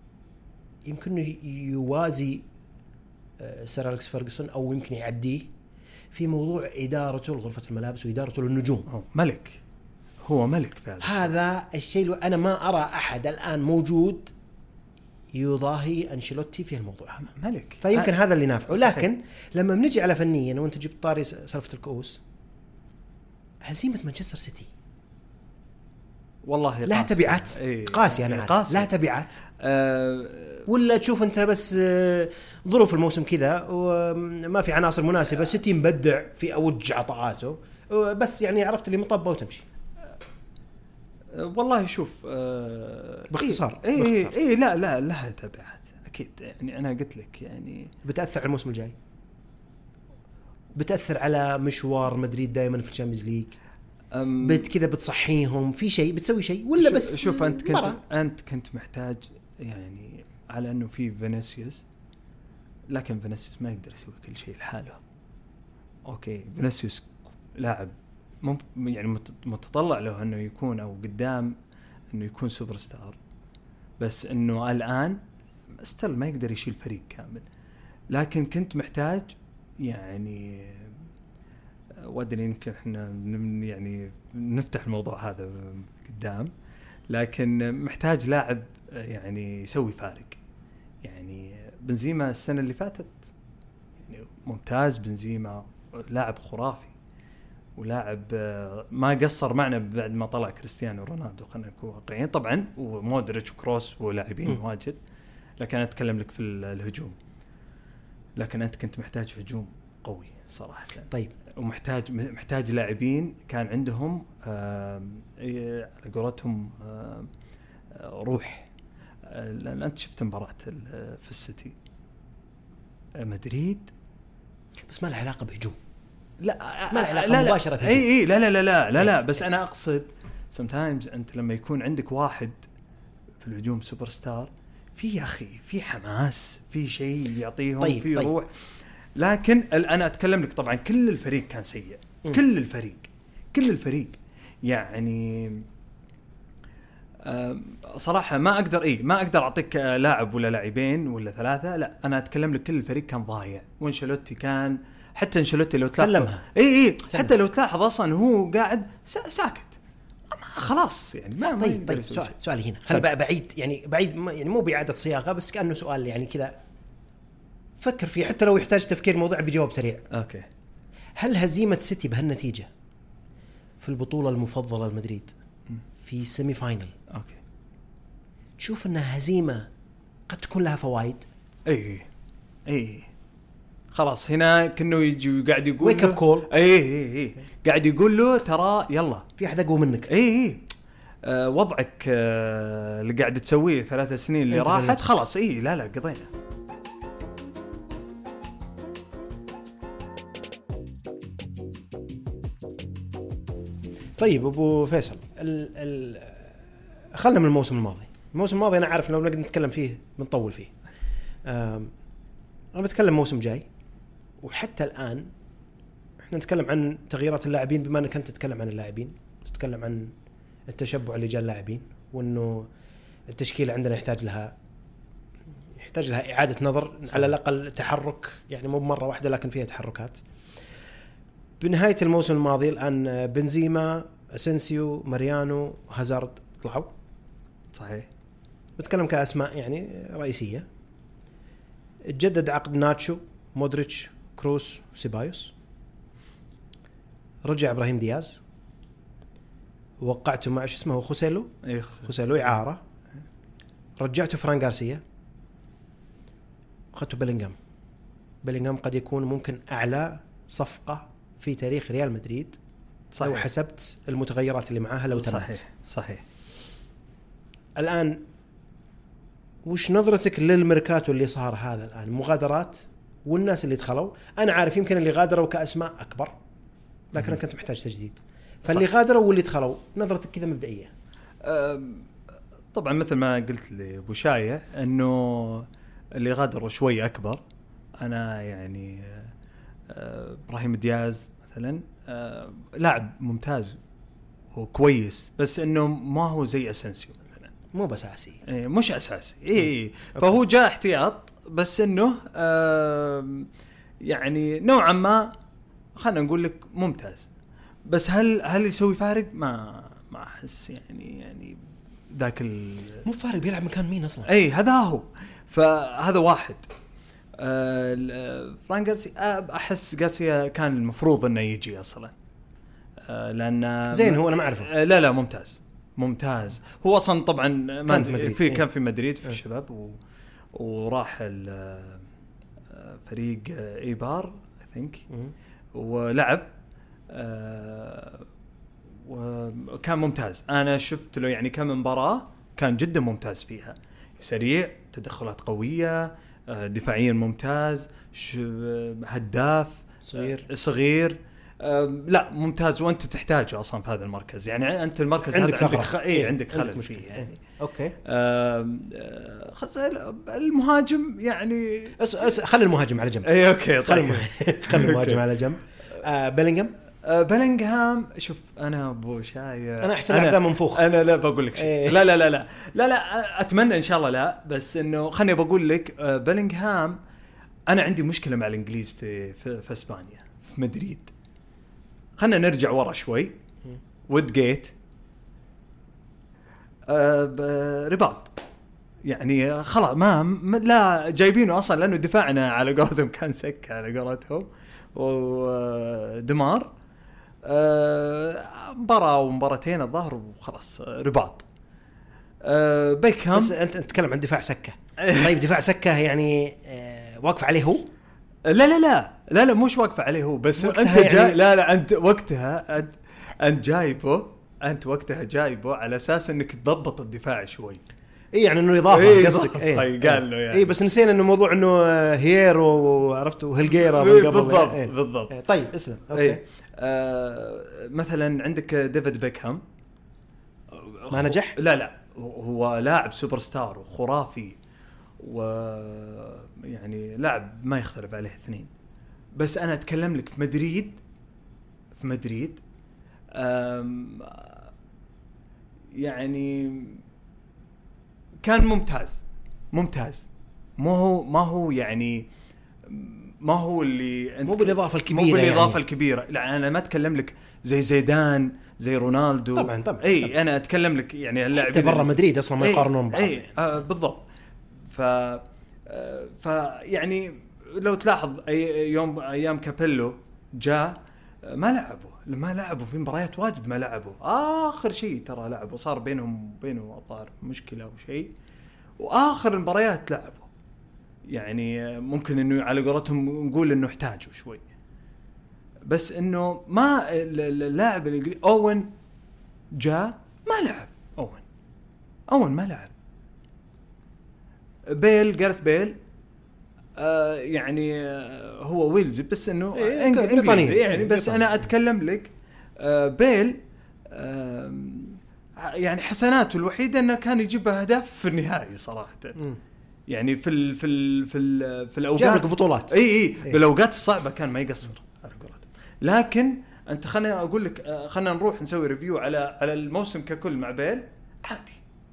يمكن يوازي سير أليكس فيرغسون او يمكن يعديه في موضوع ادارته لغرفه الملابس وادارته للنجوم. هو ملك هو ملك فعلا. هذا الشيء انا ما ارى احد الان موجود يضاهي أنشيلوتي في الموضوع، ملك. فيمكن آه. هذا اللي نافعه. لكن لما بنجي على فنيا وانت جبت طاري سالفة الكؤوس، هزيمة مانشستر سيتي والله لها تبعات إيه. قاسية، أنا عارف لها تبعات. أه ولا تشوف أنت بس ظروف الموسم كذا وما في عناصر مناسبة، سيتي مبدع في أوج عطاءاته، بس يعني عرفت اللي مطبة وتمشي. والله شوف أه باختصار إيه باختصار. إيه, إيه لا لا لها تبعات أكيد. يعني أنا قلت لك يعني بتأثر على الموسم الجاي، بتأثر على مشوار مدريد دائما في الشامبيونز ليج، بت كذا بتصحيهم في شيء، بتسوي شيء ولا بس شوف أنت كنت مرة. أنت كنت محتاج يعني على أنه في فينيسيوس، لكن فينيسيوس ما يقدر يسوي كل شيء لحاله. أوكي فينيسيوس لاعب مم يعني متطلع له أنه يكون أو قدام أنه يكون سوبر ستار، بس أنه الآن استل ما يقدر يشيل فريق كامل. لكن كنت محتاج يعني ودني يمكن احنا يعني نفتح الموضوع هذا قدام، لكن محتاج لاعب يعني يسوي فارق. يعني بنزيما السنة اللي فاتت يعني ممتاز، بنزيما لاعب خرافي ولاعب ما قصر معنا بعد ما طلع كريستيانو رونالدو، خلينا نكون واقعيين طبعا، ومودريتش وكروس ولاعبين واجد، لكن أنا أتكلم لك في الهجوم. لكن أنت كنت محتاج هجوم قوي صراحة. طيب ومحتاج محتاج لاعبين كان عندهم على قولتهم روح. لأن أنت شفت مباراة في السيتي مدريد، بس ما له علاقة بهجوم، لا ما له علاقة لا مباشرة بهجوم. اي اي لا لا لا لا لا, لا بس أنا أقصد sometimes أنت لما يكون عندك واحد في الهجوم سوبر ستار، في يا أخي في حماس، في شيء يعطيهم، طيب في طيب. روح. لكن أنا أتكلم لك طبعا كل الفريق كان سيء، م. كل الفريق كل الفريق يعني صراحة ما أقدر إيه ما أقدر أعطيك لاعب ولا لاعبين ولا ثلاثة، لا أنا أتكلم لك كل الفريق كان ضايع. وانشيلوتي كان حتى انشيلوتي لو تلاحظ سلمها إيه إيه حتى لو تلاحظ أصلا هو قاعد ساكت خلاص يعني ما طيب ما طيب سؤال سؤالي هنا خل بعيد يعني بعيد يعني مو بإعادة صياغة، بس كأنه سؤال يعني كذا فكر فيه، حتى لو يحتاج تفكير موضوع بجواب سريع. أوكي. هل هزيمة سيتي بهالنتيجة في البطولة المفضلة لمدريد في سيمي فاينل، أوكي، تشوف أنها هزيمة قد تكون لها فوائد؟ أي أي خلاص هنا كأنه يجي وقاعد يقول ويك اب كول. أي أي أي قاعد يقول له ترى يلا في أحد أقوى منك. أي أي آه وضعك آه اللي قاعد تسويه ثلاثة سنين اللي راحت خلاص. أي لا لا قضينا. طيب أبو فيصل، ال ال خلنا من الموسم الماضي. الموسم الماضي أنا عارف لو نقدر نتكلم فيه بنطول فيه. أنا بتكلم موسم جاي، وحتى الآن إحنا نتكلم عن تغييرات اللاعبين، بما أنك أنت تتكلم عن اللاعبين، تتكلم عن التشبع اللي جاء اللاعبين، وإنه التشكيلة عندنا يحتاج لها يحتاج لها إعادة نظر. صحيح. على الأقل تحرك، يعني مو مرة واحدة لكن فيها تحركات. بنهاية الموسم الماضي الآن بنزيما، أسنسيو، ماريانو، هازارد طلعوا. صحيح. بتكلم كأسماء يعني رئيسية. تجدد عقد ناتشو، مودريتش، كروس، سيبايوس. رجع إبراهيم دياز، وقعته مع شو اسمه خوسيلو. إيه خوسيلو إعارة. رجعته فران غارسيا، أخذته بيلينغهام. بيلينغهام قد يكون ممكن أعلى صفقة في تاريخ ريال مدريد. صحيح. لو حسبت المتغيرات اللي معاها لو تمت. صحيح صحيح. الآن وش نظرتك للميركاتو اللي صار هذا الآن؟ مغادرات والناس اللي دخلوا، أنا عارف يمكن اللي غادروا كأسماء أكبر، لكن أنا كنت محتاج تجديد. فاللي صح. غادروا واللي دخلوا، نظرتك كذا مبدئية؟ أه طبعا مثل ما قلت لأبو شايع أنه اللي غادروا شوي أكبر. أنا يعني أه إبراهيم دياز مثلا أه لاعب ممتاز وكويس، بس إنه ما هو زي أسنسيو مثلا، مو بأساسي. إيه مش أساسي. إيه فهو جاء احتياط، بس إنه أه يعني نوعا ما خلنا نقول لك ممتاز. بس هل هل يسوي فارق؟ ما ما أحس يعني يعني ذاك ال... مو فارق بيلعب مكان مين اصلا. اي هذا هو. فهذا واحد. آه فران غارسيا احس غارسيا كان المفروض انه يجي اصلا، آه لان زين هو انا ما اعرفه. آه لا لا ممتاز ممتاز. هو اصلا طبعا ما كان في إيه؟ كان في مدريد في الشباب و... وراح فريق ايبار اي ثينك ولعب، آه وكان ممتاز. انا شفت له يعني كم مباراة كان جدا ممتاز فيها، سريع، تدخلات قوية، دفاعيا ممتاز، هداف صغير صغير لا ممتاز. وانت تحتاجه اصلا في هذا المركز، يعني انت المركز عندك هذا عندك خ... اي عندك خلل فيه يعني. اوكي المهاجم يعني أس... أس... خلي المهاجم على جنب. اي اوكي طيب خلي المهاجم على جنب. آه بيلينغهام آه بيلينغهام شوف انا ابو شاي انا احسن لاعب منفوخ. انا لا بقول لك شيء إيه. لا لا لا لا لا لا اتمنى ان شاء الله لا، بس انه خلني بقول لك آه بيلينغهام انا عندي مشكله مع الانجليز في في, في اسبانيا في مدريد. خلنا نرجع ورا شوي. وودجيت آه رباط يعني خلاص ما, ما لا جايبينه اصلا لانه دفاعنا على قولتهم كان سك على قولتهم ودمار مباراة ومباراتين الظهر وخلاص رباط. أه بيكهام بس انت تتكلم عن دفاع سكة. طيب دفاع سكة يعني أه واقف عليه هو؟ لا لا لا لا لا مش واقف عليه هو، بس انت جاي يعني لا لا انت وقتها انت, انت جايبه انت وقتها جايبه على اساس انك تضبط الدفاع شوي. اي يعني انه اضافه إيه قصدك. اي إيه قال له يعني اي بس نسينا انه موضوع انه هيرو وعرفته وهلجيرا من قبل. بالضبط إيه بالضبط إيه طيب اسلم اوكي. إيه آه مثلا عندك ديفيد بيكهام ما نجح. لا لا هو لاعب سوبر ستار وخرافي و يعني لاعب ما يختلف عليه اثنين، بس انا اتكلم لك في مدريد في مدريد يعني كان ممتاز ممتاز مو هو ما هو يعني ما هو اللي مو بالاضافه الكبيره مو بالاضافه يعني. الكبيره لا انا ما اتكلم لك زي زيدان زي رونالدو طبعا طبعا اي طبعاً. انا اتكلم لك يعني اللاعبين برا مدريد اصلا ما يقارنون بعض. اي آه بالضبط. ف آه ف يعني لو تلاحظ أي يوم ايام كابيلو جاء ما لعبوا لما لعبوا في مباريات واجد ما لعبوا اخر شيء ترى لعبوا صار بينهم بينه اطار مشكله او شيء واخر المباريات لعبوا يعني ممكن انه على قولتهم نقول انه احتاجوا شوي، بس انه ما اللاعب الانجليزي اوين جاء ما لعب. اوين اوين ما لعب. بيل جارث بيل آه يعني آه هو ويلز بس انه إيه انجليزي يعني بس بريطاني. انا اتكلم لك آه بيل آه يعني حسناته الوحيده انه كان يجيب اهداف في النهائي صراحه. م. يعني في ال في ال في ال في الاوقات جاب لك بطولات اي اي إيه. بالاوقات الصعبه كان ما يقصر على قولتهم. لكن انت خلينا اقول لك خلينا نروح نسوي ريفيو على على الموسم ككل مع بيل عادي.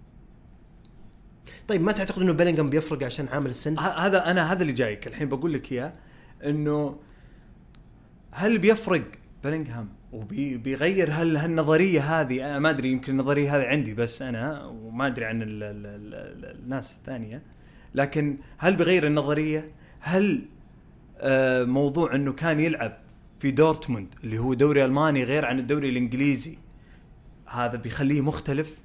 طيب ما تعتقد انه بيلينغهام بيفرق عشان عامل السن؟ هذا انا هذا اللي جايك الحين بقول لك اياه انه هل بيفرق بيلينغهام وبيغير هل هالنظريه هذه انا ما ادري يمكن النظريه هذه عندي بس انا وما ادري عن ال ال ال الناس الثانيه، لكن هل بغير النظريه؟ هل آه موضوع انه كان يلعب في دورتموند اللي هو دوري الماني غير عن الدوري الانجليزي هذا بيخليه مختلف؟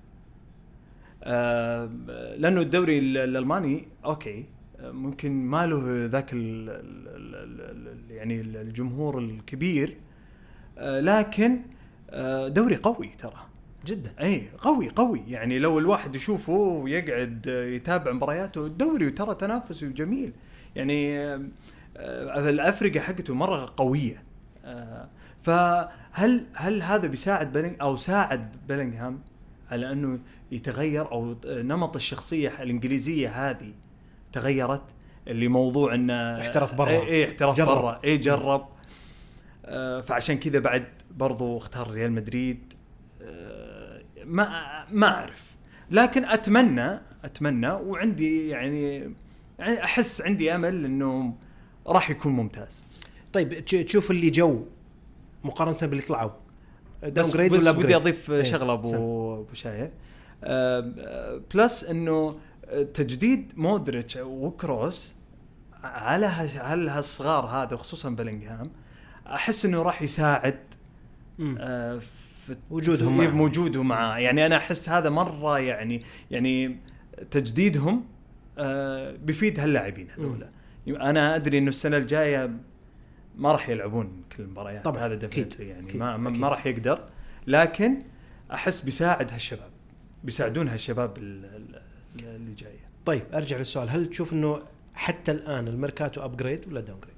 آه لانه الدوري الالماني اوكي ممكن ما له ذاك ال ال يعني الجمهور الكبير، آه لكن آه دوري قوي ترى جدا. اي قوي قوي يعني لو الواحد يشوفه ويقعد يتابع مبارياته الدوري وترى تنافسي وجميل يعني آه الافريقيا حقته مره قويه. آه فهل هل هذا بيساعد بيلينغ او ساعد بيلينغهام على انه يتغير او نمط الشخصيه الانجليزيه هذه تغيرت اللي موضوع انه احترف برا ايه احترف برا ايه جرب آه فعشان كذا بعد برضو اختار ريال مدريد. آه ما ما اعرف لكن اتمنى اتمنى وعندي يعني يعني احس عندي امل انه راح يكون ممتاز. طيب تشوف اللي جو مقارنه باللي طلعوا داون جريد ولا بدي اضيف ايه شغله ابو ابو شايع بلس انه تجديد مودريتش وكروس على على هالصغار هذا خصوصا بلينغهام احس انه راح يساعد آه في وجودهم معه موجوده معه. يعني انا احس هذا مره يعني يعني تجديدهم آه بيفيد هاللاعبين هذول. انا ادري انه السنه الجايه ما راح يلعبون كل المباريات طبعا هذا دفعت يعني أكيد. ما أكيد. ما راح يقدر، لكن احس بيساعد هالشباب بيساعدون هالشباب اللي جايه. طيب ارجع للسؤال، هل تشوف انه حتى الان الميركاتو ابجريد ولا داونجريد؟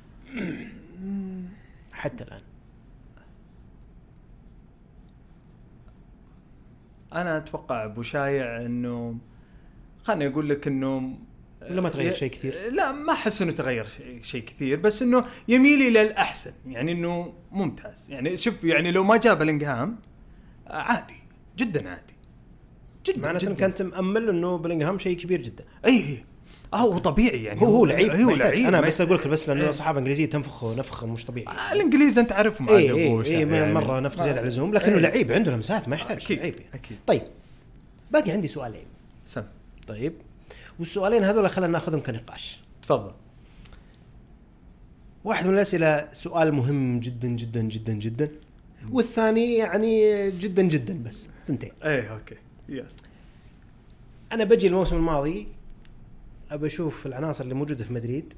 حتى الان انا اتوقع ابو شايع انه خلني اقول لك انه ولا ما تغير شيء كثير. لا ما احس انه تغير شيء شيء كثير، بس انه يميل الى الاحسن، يعني انه ممتاز. يعني شوف يعني لو ما جاء بلينغهام عادي جدا عادي جدا معناته كنت مأمل انه بلينغهام شيء كبير جدا. اي اي هو طبيعي يعني هو هو لعيب, هو لعيب. انا بس اقول لك بس لانه صحافه انجليزيه تنفخه نفخ مش طبيعي. آه الانجليز انت عارفهم عاد ابو اي يعني مره نفخ زياده على اللزوم، لكنه لعيب عنده لمسات ما يحتاج أكيد. لعيب اكيد. طيب باقي عندي سؤالين. سم. طيب والسؤالين هذول خلينا ناخذهم كنقاش. تفضل. واحد من الاسئله سؤال مهم جدا جدا جدا جدا، والثاني يعني جدا جدا بس ثنتين. ايه اوكي يلا. انا بجي الموسم الماضي ابى اشوف العناصر اللي موجوده في مدريد،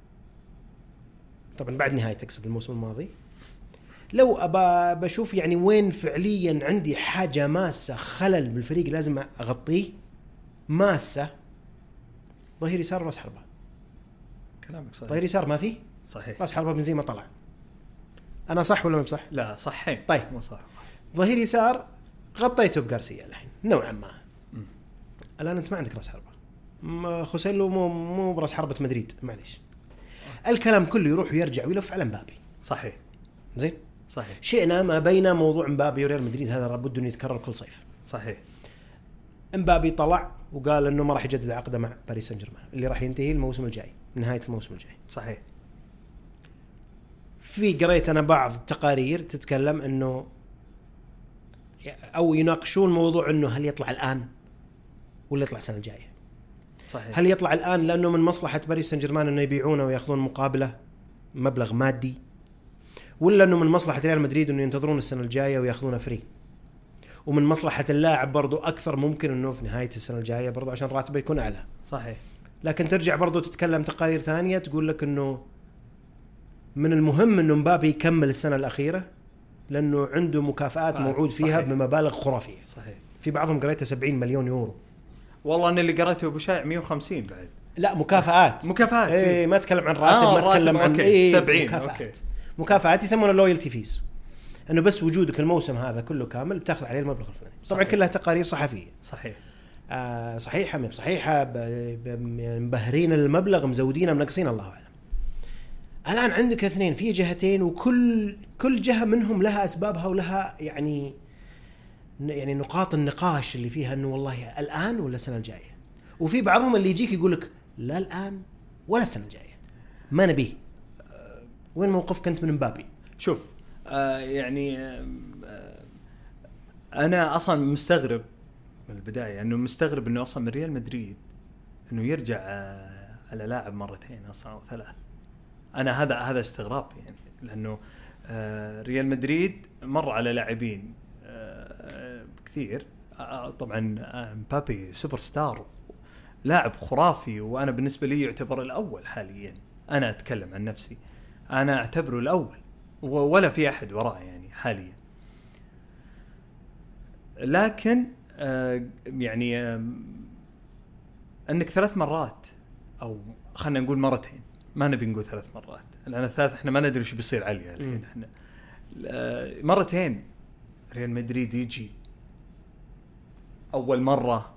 طبعا بعد نهايه تقصد الموسم الماضي، لو ابى بشوف يعني وين فعليا عندي حاجه ماسه خلل بالفريق لازم اغطيه ماسه. ظهير يسار راس حربه. كلامك صحيح. ظهير يسار ما فيه صحيح. راس حربه بنزيما طلع. انا صح ولا مو صح؟ لا صحيح. طيب مو صح. ظهير يسار غطيته بغارسيا الحين نوعا ما. م. الان انت ما عندك راس حربه، خوسيلو مو مو براس حربة مدريد معليش. الكلام كله يروح ويرجع ويلف على مبابي. صحيح. زين صحيح. شئنا ما بين موضوع مبابي وريال مدريد هذا لابد انه يتكرر كل صيف. صحيح. مبابي طلع وقال انه ما راح يجدد عقده مع باريس سان جيرمان اللي راح ينتهي الموسم الجاي نهايه الموسم الجاي. صحيح. في قريت انا بعض التقارير تتكلم انه او يناقشون موضوع انه هل يطلع الان ولا يطلع السنه الجايه. صحيح. هل يطلع الآن لأنه من مصلحة باريس سان جيرمان أنه يبيعونه ويأخذون مقابلة مبلغ مادي، ولا أنه من مصلحة ريال مدريد أنه ينتظرون السنة الجاية ويأخذونه فري، ومن مصلحة اللاعب برضو أكثر ممكن أنه في نهاية السنة الجاية برضو عشان راتبه يكون أعلى. صحيح. لكن ترجع برضو تتكلم تقارير ثانية تقول لك أنه من المهم أنه مبابي يكمل السنة الأخيرة لأنه عنده مكافآت موعود فيها بمبالغ خرافية. صحيح. في بعضهم قريتها سبعين مليون يورو. والله أنا اللي قرأته أبو شايع مية وخمسين بعد. لا مكافآت. مكافآت. إيه ما أتكلم عن راتب. آه ما أتكلم عن إيه سبعين. مكافآت. أوكي. مكافآت يسمونها لويالتي فيز، إنه بس وجودك الموسم هذا كله كامل بتأخذ عليه المبلغ الفلاني. طبعا كلها تقارير صحفية. صحيح. آه صحيحة مو صحيحة مبهرين المبلغ مزودينه منقصين الله أعلم. الآن عندك اثنين في جهتين وكل كل جهة منهم لها أسبابها ولها يعني يعني نقاط النقاش اللي فيها إنه والله الآن ولا السنة الجاية. وفي بعضهم اللي يجيك يقولك لا الآن ولا السنة الجاية ما نبيه. وين موقفك أنت من مبابي؟ شوف آه يعني آه أنا أصلا مستغرب من البداية إنه مستغرب إنه أصلا من ريال مدريد إنه يرجع آه على لاعب مرتين أصلا أو ثلاث. أنا هذا هذا استغراب يعني، لأنه آه ريال مدريد مر على لاعبين آه كثير. آه طبعا آه مبابي سوبر ستار لاعب خرافي، وأنا بالنسبة لي يعتبر الأول حاليا. أنا أتكلم عن نفسي، أنا أعتبره الأول ولا في أحد وراء يعني حاليا. لكن آه يعني آه أنك ثلاث مرات أو خلنا نقول مرتين، ما نبي نقول ثلاث مرات لأن الثالث إحنا ما ندري شو بيصير عليه الحين. إحنا آه مرتين ريال مدريد يجي أول مرة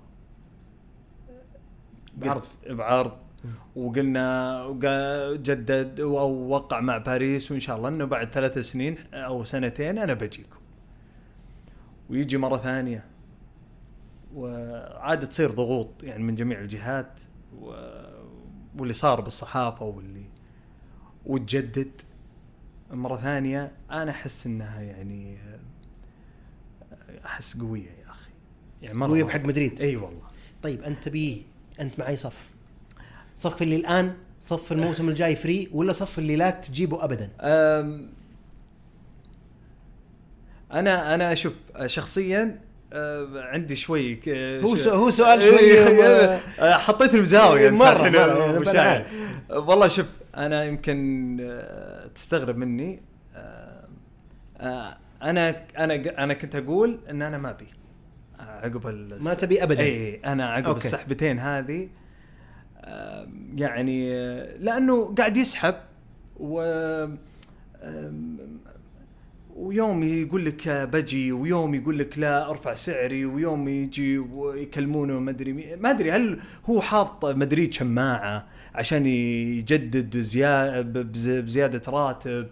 بعرض بعرض وقلنا جدد أو وقع مع باريس، وإن شاء الله إنه بعد ثلاث سنين أو سنتين أنا بجيكم. ويجي مرة ثانية وعادة تصير ضغوط يعني من جميع الجهات، واللي صار بالصحافة واللي وتجدد مرة ثانية. أنا أحس إنها يعني أحس قوية يا أخي، يعني هو يبحق مدريد. اي أيوة والله. طيب انت بيه انت معي صف صف اللي الان صف الموسم الجاي فري ولا صف اللي لا تجيبه ابدا؟ انا انا اشوف شخصيا عندي شوي هو هو سؤال شوي حطيت المزاويه مره مره والله. شوف انا يمكن تستغرب مني، انا انا انا كنت اقول ان انا ما بي عقب ما تبي ابدا. اي انا عقب أوكي. السحبتين هذه يعني لانه قاعد يسحب و ويوم يقول لك بجي ويوم يقول لك لا ارفع سعري ويوم يجي ويكلمونه ما ادري ما ادري هل هو حاط مدريد شماعه عشان يجدد زياده بزياده راتب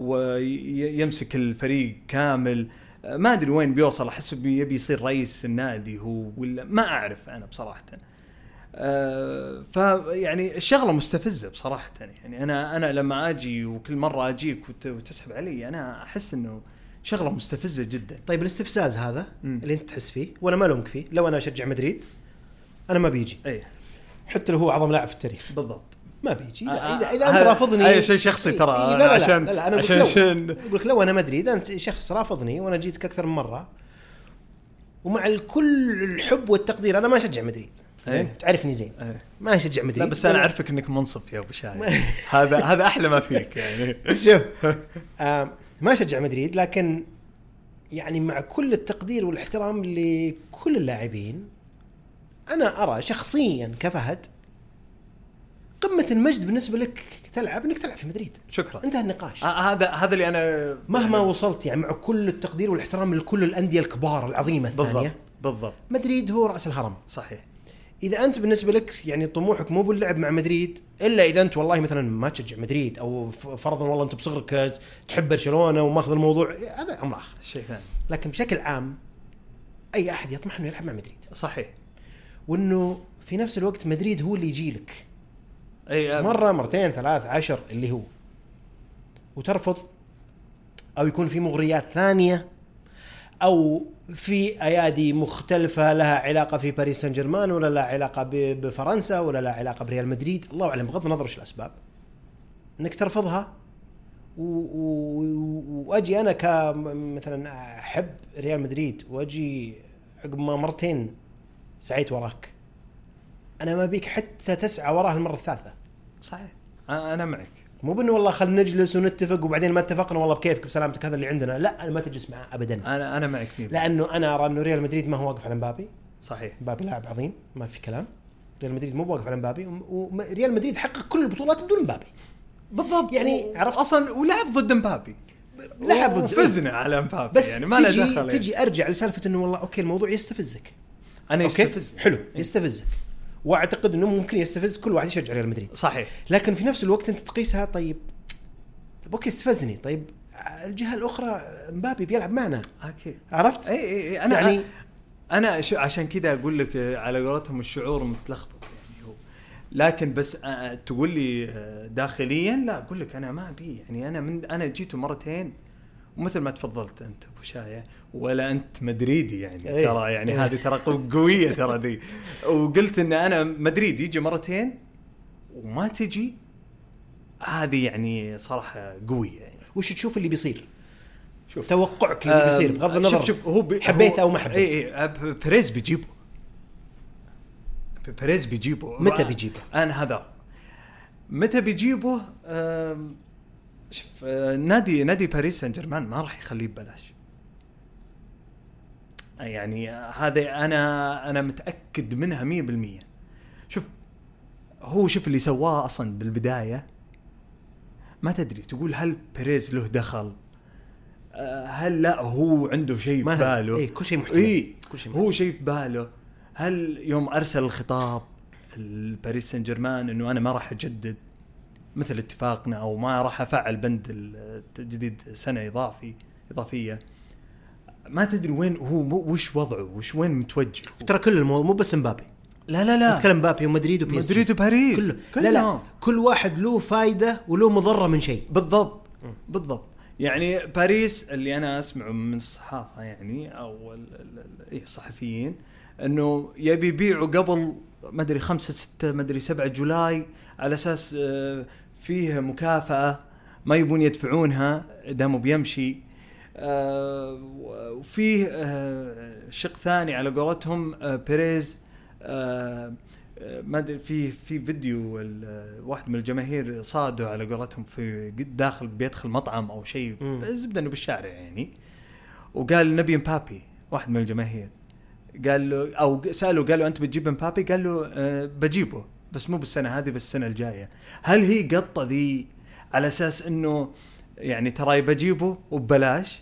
ويمسك الفريق كامل. ما ادري وين بيوصل، احس يبي يصير رئيس النادي هو ولا ما اعرف انا بصراحه. أه فيعني الشغله مستفزه بصراحه. يعني انا انا لما اجي وكل مره اجيك وتسحب علي انا احس انه شغله مستفزه جدا. طيب الاستفزاز هذا م. اللي انت تحس فيه وانا ما لومك فيه، لو انا اشجع مدريد انا ما بيجي اي حتى لو هو اعظم لاعب في التاريخ بالضبط ما بيجي. اذا اذا انت رافضني اي شيء شخصي ترى لا لا عشان لا لا أنا عشان اقول لك لو انا مدريد انت شخص رافضني وانا جيتك اكثر من مره ومع كل الحب والتقدير انا ما اشجع مدريد زين أيه. تعرفني زين أيه. ما اشجع مدريد. لا بس انا اعرفك انك منصف يا ابو شاي. هذا هذا احلى ما فيك يعني. شوف آه ما اشجع مدريد لكن يعني مع كل التقدير والاحترام لكل اللاعبين انا ارى شخصيا كفهد قمه المجد بالنسبه لك تلعب انك تلعب في مدريد. شكرا انتهى النقاش. آه هذا هذا اللي انا مهما يعني وصلت يعني مع كل التقدير والاحترام لكل الانديه الكبار العظيمه الثانيه بالضبط بالضبط مدريد هو راس الهرم. صحيح. إذا أنت بالنسبة لك يعني طموحك مو باللعب مع مدريد إلا إذا أنت والله مثلا ما تشجع مدريد أو فرضا والله أنت بصغرك تحب برشلونة وماخذ الموضوع هذا أمر آخر شيء ثاني. لكن بشكل عام أي أحد يطمح إنه يلعب مع مدريد. صحيح. وإنه في نفس الوقت مدريد هو اللي يجي لك أي مرة مرتين ثلاث عشر اللي هو وترفض أو يكون في مغريات ثانية أو في أيادي مختلفة لها علاقة في باريس سان جيرمان ولا لا علاقة بفرنسا ولا لا علاقة بريال مدريد الله أعلم بغض النظر وش الأسباب إنك ترفضها و... و... وأجي أنا كمثلا أحب ريال مدريد وأجي عقب ما مرتين سعيت وراك أنا ما بيك حتى تسعى وراه المرة الثالثة. صحيح أنا معك مو بأنه والله خل نجلس ونتفق وبعدين ما اتفقنا والله بكيفك بسلامتك هذا اللي عندنا لا أنا ما تجلس معه أبدا. أنا أنا معك مين. لأنه أنا أرى إنه ريال مدريد ما هو واقف على مبابي. صحيح. مبابي لاعب عظيم ما في كلام. ريال مدريد مو واقف على مبابي وريال مدريد حقق كل البطولات بدون مبابي. بالضبط يعني عرفت أصلا ولعب ضد مبابي لعب ضد فزنا على مبابي بس يعني ما له دخل. تجي أرجع لسالفة إنه والله أوكي الموضوع يستفزك. أنا يستفز حلو يستفزك واعتقد انه ممكن يستفز كل واحد يشجع ريال مدريد. صحيح. لكن في نفس الوقت انت تقيسها طيب اوكي استفزني طيب الجهه الاخرى مبابي بيلعب معنا اوكي عرفت اي اي انا يعني انا عشان كذا اقول لك على قولتهم الشعور متلخبط يعني هو لكن بس تقول لي داخليا لا اقول لك انا ما ابي يعني انا من انا جيته مرتين ومثل ما تفضلت انت ابو شايه ولا انت مدريدي يعني أيه. ترى يعني هذه ترى قويه ترى دي وقلت ان انا مدريد يجي مرتين وما تجي هذه يعني صراحه قويه يعني. وش تشوف اللي بيصير شوف توقعك اللي بيصير بغض النظر شوف شوف هو بي حبيت او ما حبيت. اي اي بريز بيجيبه بريز بيجيبه متى بيجيبه انا هذا متى بيجيبه شوف نادي نادي باريس سان جيرمان ما راح يخليه ببلاش يعني هذا انا انا متاكد منها مية بالمية. شوف هو شوف اللي سواه اصلا بالبدايه ما تدري تقول هل بيريز له دخل هل لا هو عنده شيء في باله اي كل شيء محتمل إيه كل شيء هو شيء في باله. هل يوم ارسل الخطاب الباريس سان جيرمان انه انا ما راح اجدد مثل اتفاقنا او ما راح افعل بند التجديد سنه اضافي اضافيه ما تدري وين هو وش وضعه وش وين متوجه. ترى كل الموضوع مو بس مبابي لا لا لا نتكلم مبابي ومدريد وبي اس جي مدريد وباريس كله لا لا كل واحد له فايده وله مضره من شيء. بالضبط م. بالضبط يعني باريس اللي انا اسمعه من الصحافه يعني او الصحفيين انه يبي يبيعه قبل ما ادري خمسة ستة ما ادري سبعة جولاي على اساس آه فيه مكافأة ما يبون يدفعونها دامه بيمشي. آه وفيه آه شق ثاني على قولتهم آه بيريز آه ما ادري في في فيديو واحد من الجماهير صاده على قولتهم في داخل بيدخل مطعم او شيء زبده انه بالشارع يعني، وقال نبي مبابي. واحد من الجماهير قال له او ساله قال له انت بتجيب مبابي؟ قال له أه بجيبه بس مو بالسنه هذه بس السنه الجايه. هل هي قطه ذي على اساس انه يعني ترى بجيبه وببلاش،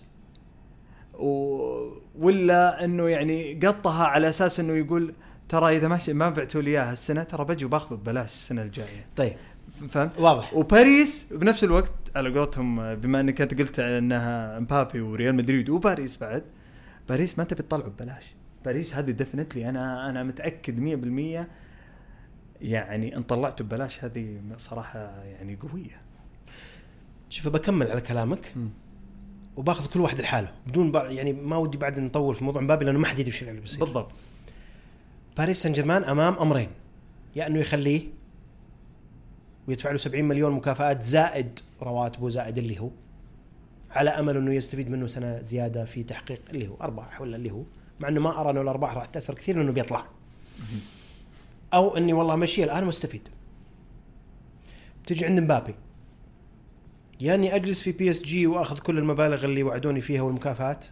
ولا انه يعني قطها على اساس انه يقول ترى اذا ماشي ما بعتوا لي اياها السنه ترى بجي وباخذه ببلاش السنه الجايه؟ طيب فهمت واضح. وباريس بنفس الوقت على قولتهم بما انك انت قلت انها مبابي وريال مدريد وباريس بعد، باريس ما تبي تطلعه ببلاش. باريس هذه ديفينتلي انا انا متاكد مية بالمية يعني ان طلعته ببلاش هذه صراحه يعني قويه. شوف بكمل على كلامك م. وباخذ كل واحد لحاله بدون يعني ما ودي بعد نطول في موضوع مبابي لانه ما حد يدري وش اللي بيصير بالضبط. باريس سان جيرمان امام امرين، يا انه يخليه ويدفع له سبعين مليون مكافآت زائد رواتبه زائد اللي هو على امل انه يستفيد منه سنه زياده في تحقيق اللي هو ارباح ولا اللي هو، مع انه ما ارى انه الارباح راح تاثر كثير لانه بيطلع، او اني والله ماشي الان مستفيد. تجي عند مبابي يعني اجلس في بي اس جي واخذ كل المبالغ اللي وعدوني فيها والمكافآت،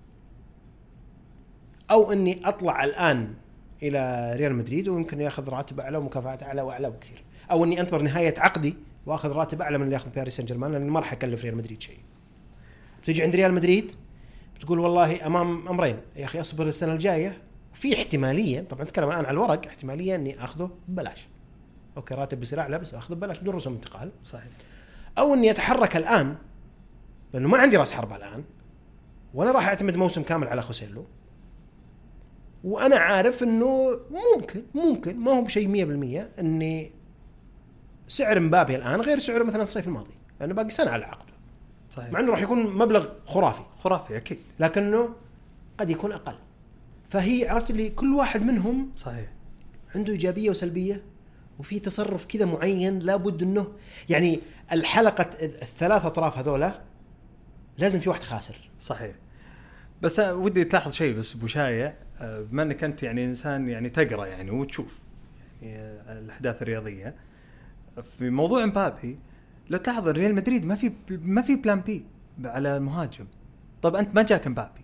او اني اطلع الان الى ريال مدريد ويمكن ياخذ راتب اعلى ومكافآت اعلى واعلى بكثير، او اني انتظر نهايه عقدي واخذ راتب اعلى من اللي ياخذ باريس سان جيرمان لان ما راح اكلف ريال مدريد شيء. تيجي عند ريال مدريد بتقول والله امام امرين، يا اخي اصبر السنه الجايه في احتماليه، طبعا نتكلم الان على الورق، احتماليه اني اخذه ببلاش، اوكي راتب بيصير اعلى بس اخذه ببلاش بدون رسوم انتقال. صحيح. او اني اتحرك الان لانه ما عندي راس حربه الان وانا راح اعتمد موسم كامل على خوسيلو، وانا عارف انه ممكن ممكن ما هو بشيء مية بالمية اني سعر مبابي الان غير سعره مثلا الصيف الماضي لانه باقي سنه على عقده. صحيح. مع انه راح يكون مبلغ خرافي خرافي اكيد، لكنه قد يكون اقل. فهي عرفت اللي كل واحد منهم صحيح عنده ايجابيه وسلبيه، وفي تصرف كذا معين لابد انه يعني الحلقه الثلاث اطراف هذولا لازم في واحد خاسر. صحيح. بس ودي تلاحظ شيء بس بوشاية، بما انك انت يعني انسان يعني تقرا يعني وتشوف يعني الاحداث الرياضيه في موضوع مبابي، لو تلاحظ ريال مدريد ما في ما في بلان بي على المهاجم. طب انت ما جاك مبابي؟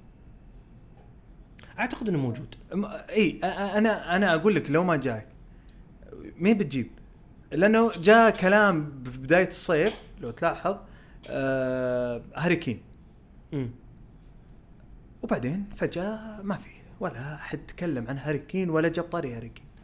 اعتقد انه موجود. اي انا انا اقول لك لو ما جاك مين بتجيب؟ لانه جاء كلام في بدايه الصيف لو تلاحظ آه هاري كين، م. وبعدين فجاه ما في ولا حد تكلم عن هاري كين ولا جاب طاري هاري كين.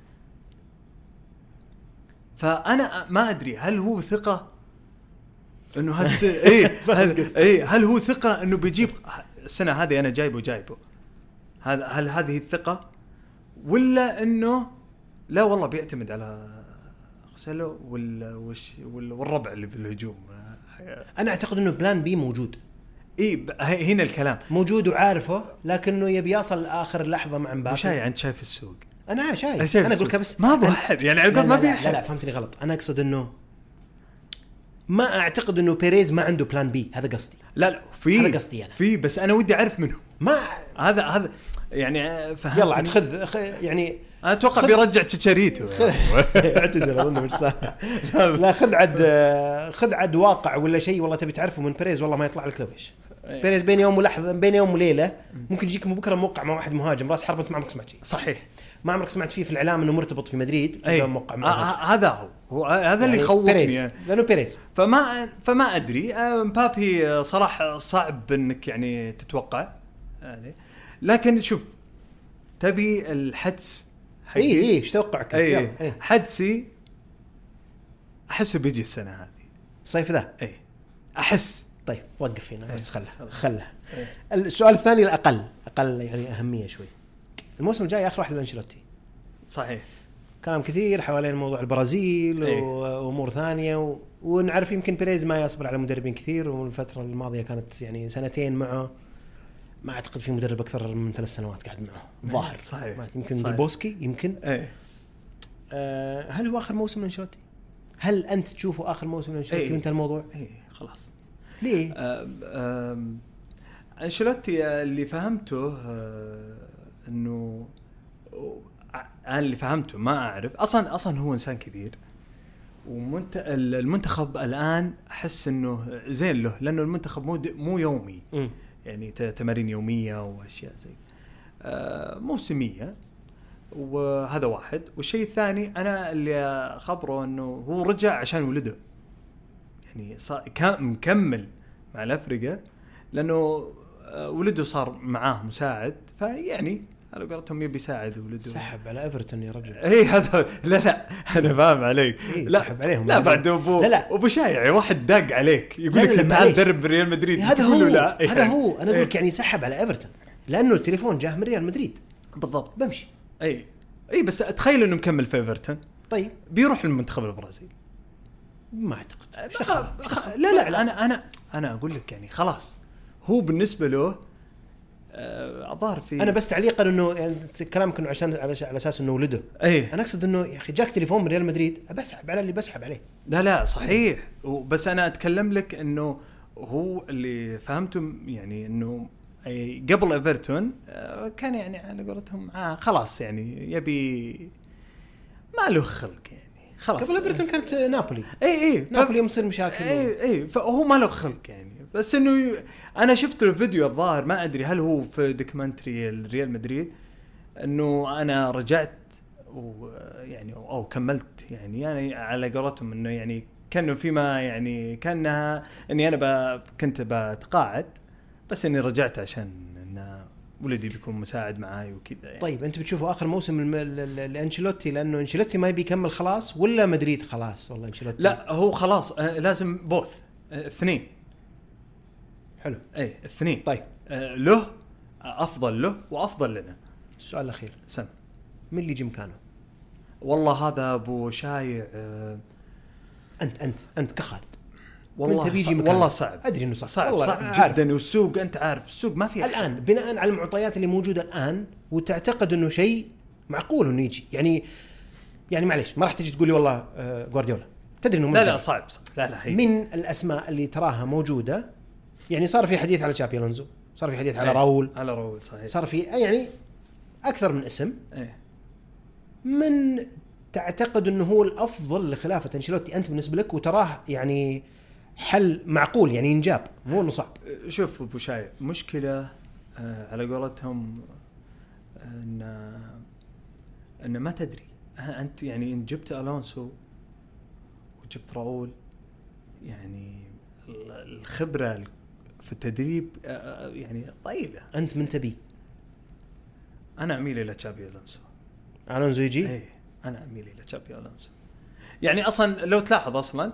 فانا ما ادري هل هو ثقه انه هس ايه هل ايه هل هو ثقه انه بيجيب السنه هذه انا جايبه جايبه هل هل هذه الثقه، ولا انه لا والله بيعتمد على خوسيلو وال والربع اللي بالهجوم؟ انا اعتقد انه بلان بي موجود. ايه هنا الكلام موجود وعارفه، لكنه يبي يصل لاخر لحظه مع مبابي. وشاي انت شايف السوق؟ انا شايف انا اقول لك بس ما ابغى احد يعني لا ما في لا, لا لا فهمتني غلط. انا اقصد انه ما اعتقد انه بيريز ما عنده بلان بي، هذا قصدي. لا لا في هذا قصدي انا في بس انا ودي اعرف منه ما هذا هذا يعني فهمت. يلا خذ يعني انا اتوقع بيرجع تشاريتو اعتذر اظن مش صح. لا خذ عد خذ عد واقع ولا شيء والله تبي تعرفه من بيريز، والله ما يطلع لك لويش. بيريز بين يوم ولحظه بين يوم وليله ممكن يجيك بكره موقع مع واحد مهاجم راس حربة ما عمرك سمعت فيه. صحيح ما عمرك سمعت فيه في الاعلام انه مرتبط في مدريد أيه. موقع مع هذا هو هو هذا اللي يخوفني يعني. لانه بيريز فما فما ادري مبابي صراحه صعب انك يعني تتوقع يعني، لكن شوف تبي الحدس اي اي ايش توقعك؟ اي إيه. حدسي احسه بيجي السنه هذه الصيف ذا. اي احس. طيب وقف هنا بس خله خله. السؤال الثاني الاقل اقل يعني اهميه شوي، الموسم الجاي اخر واحد لانشيلوتي. صحيح. كلام كثير حوالين موضوع البرازيل أيه. وامور ثانيه و... ونعرف يمكن بيريز ما يصبر على مدربين كثير، والفتره الماضيه كانت يعني سنتين معه ما اعتقد في مدرب اكثر من ثلاث سنوات قاعد معه ظاهر. صحيح. يمكن صحيح. بوسكي يمكن. ايه أه هل هو اخر موسم لانشيلوتي؟ هل انت تشوفه اخر موسم لانشيلوتي ايه. وانت الموضوع؟ ايه خلاص. ليه؟ أم أم انشيلوتي اللي فهمته أه انه انا اللي فهمته ما اعرف اصلا اصلا هو انسان كبير ومنت المنتخب الان احس انه زين له لانه المنتخب مو مو يومي م. يعني تمارين يوميه واشياء زي أه موسميه وهذا واحد. والشيء الثاني انا اللي خبره انه هو رجع عشان ولده يعني كان مكمل مع الافريقيا لانه ولده صار معاه مساعد فيعني على قولتهم يبي يساعد ولده. سحب على ايفرتون يا رجل. اي هذا لا لا انا فاهم عليك. إيه لا سحب عليهم. لا بعد ابو لا لا ابو شايع واحد داق عليك يقول لك تعال درب ريال مدريد هذا هو لا. هذا هو انا اقول لك يعني سحب على ايفرتون لانه التليفون جاه من ريال مدريد بالضبط بمشي. اي اي بس اتخيل انه مكمل في ايفرتون طيب بيروح للمنتخب البرازيلي ما اعتقد. أخ... أخ... لا لا انا انا انا اقول لك يعني خلاص هو بالنسبه له اظهر في انا بس تعليقا انه يعني كلامك انه عشان على اساس انه ولده. ايه انا اقصد انه يا اخي جاك تليفون من ريال مدريد بسحب على اللي بسحب عليه. لا لا صحيح بس انا اتكلم لك انه هو اللي فهمته يعني انه قبل ايفرتون كان يعني على قولتهم آه خلاص يعني يبي ما له خلق يعني خلاص. قبل ايفرتون كانت نابولي. اي اي نابولي مصير مشاكل. اي اي فهو ما له خلق يعني بس انه ي... انا شفت الفيديو الظاهر ما ادري هل هو في دوكيومنتري الريال مدريد انه انا رجعت ويعني او كملت يعني يعني على قولتهم انه يعني كانه فيما يعني كانها اني انا ب... كنت بتقاعد بس اني رجعت عشان ان ولدي بيكون مساعد معاي وكذا يعني. طيب انت بتشوفه اخر موسم لانشيلوتي لانه انشيلوتي ما يبي يكمل خلاص ولا مدريد خلاص والله انشيلوتي؟ لا هو خلاص لازم بوث اثنين. حلو. اي اثنين. طيب آه له افضل له وافضل لنا. السؤال الاخير سم من اللي يجي مكانه؟ والله هذا ابو شايع. آه انت انت انت كخالد والله انت بيجي صعب. مكانه. والله صعب ادري انه صعب صعب, والله صعب عارف. جدا والسوق انت عارف السوق ما فيه الان بناء على المعطيات اللي موجوده الان وتعتقد انه شيء معقول انه يجي يعني يعني معليش ما راح تجي تقول لي والله آه غوارديولا تدري انه لا لا صعب, صعب. لا لا هي. من الاسماء اللي تراها موجوده يعني صار في حديث على تشابي الونزو صار في حديث على راول على راول صحيح صار في يعني اكثر من اسم. ايه من تعتقد انه هو الافضل لخلافه انشيلوتي انت بالنسبه لك وتراه يعني حل معقول يعني ينجاب مو انه صعب؟ شوف ابو شايع مشكله آه على قولتهم ان ان ما تدري انت يعني ان جبت الونسو وجبت راول يعني الخبره في التدريب يعني طيله. انت من تبي؟ انا اميل الى تشابي الونسو. الونسو يجي؟ ايه انا اميل الى تشابي الونسو يعني اصلا لو تلاحظ اصلا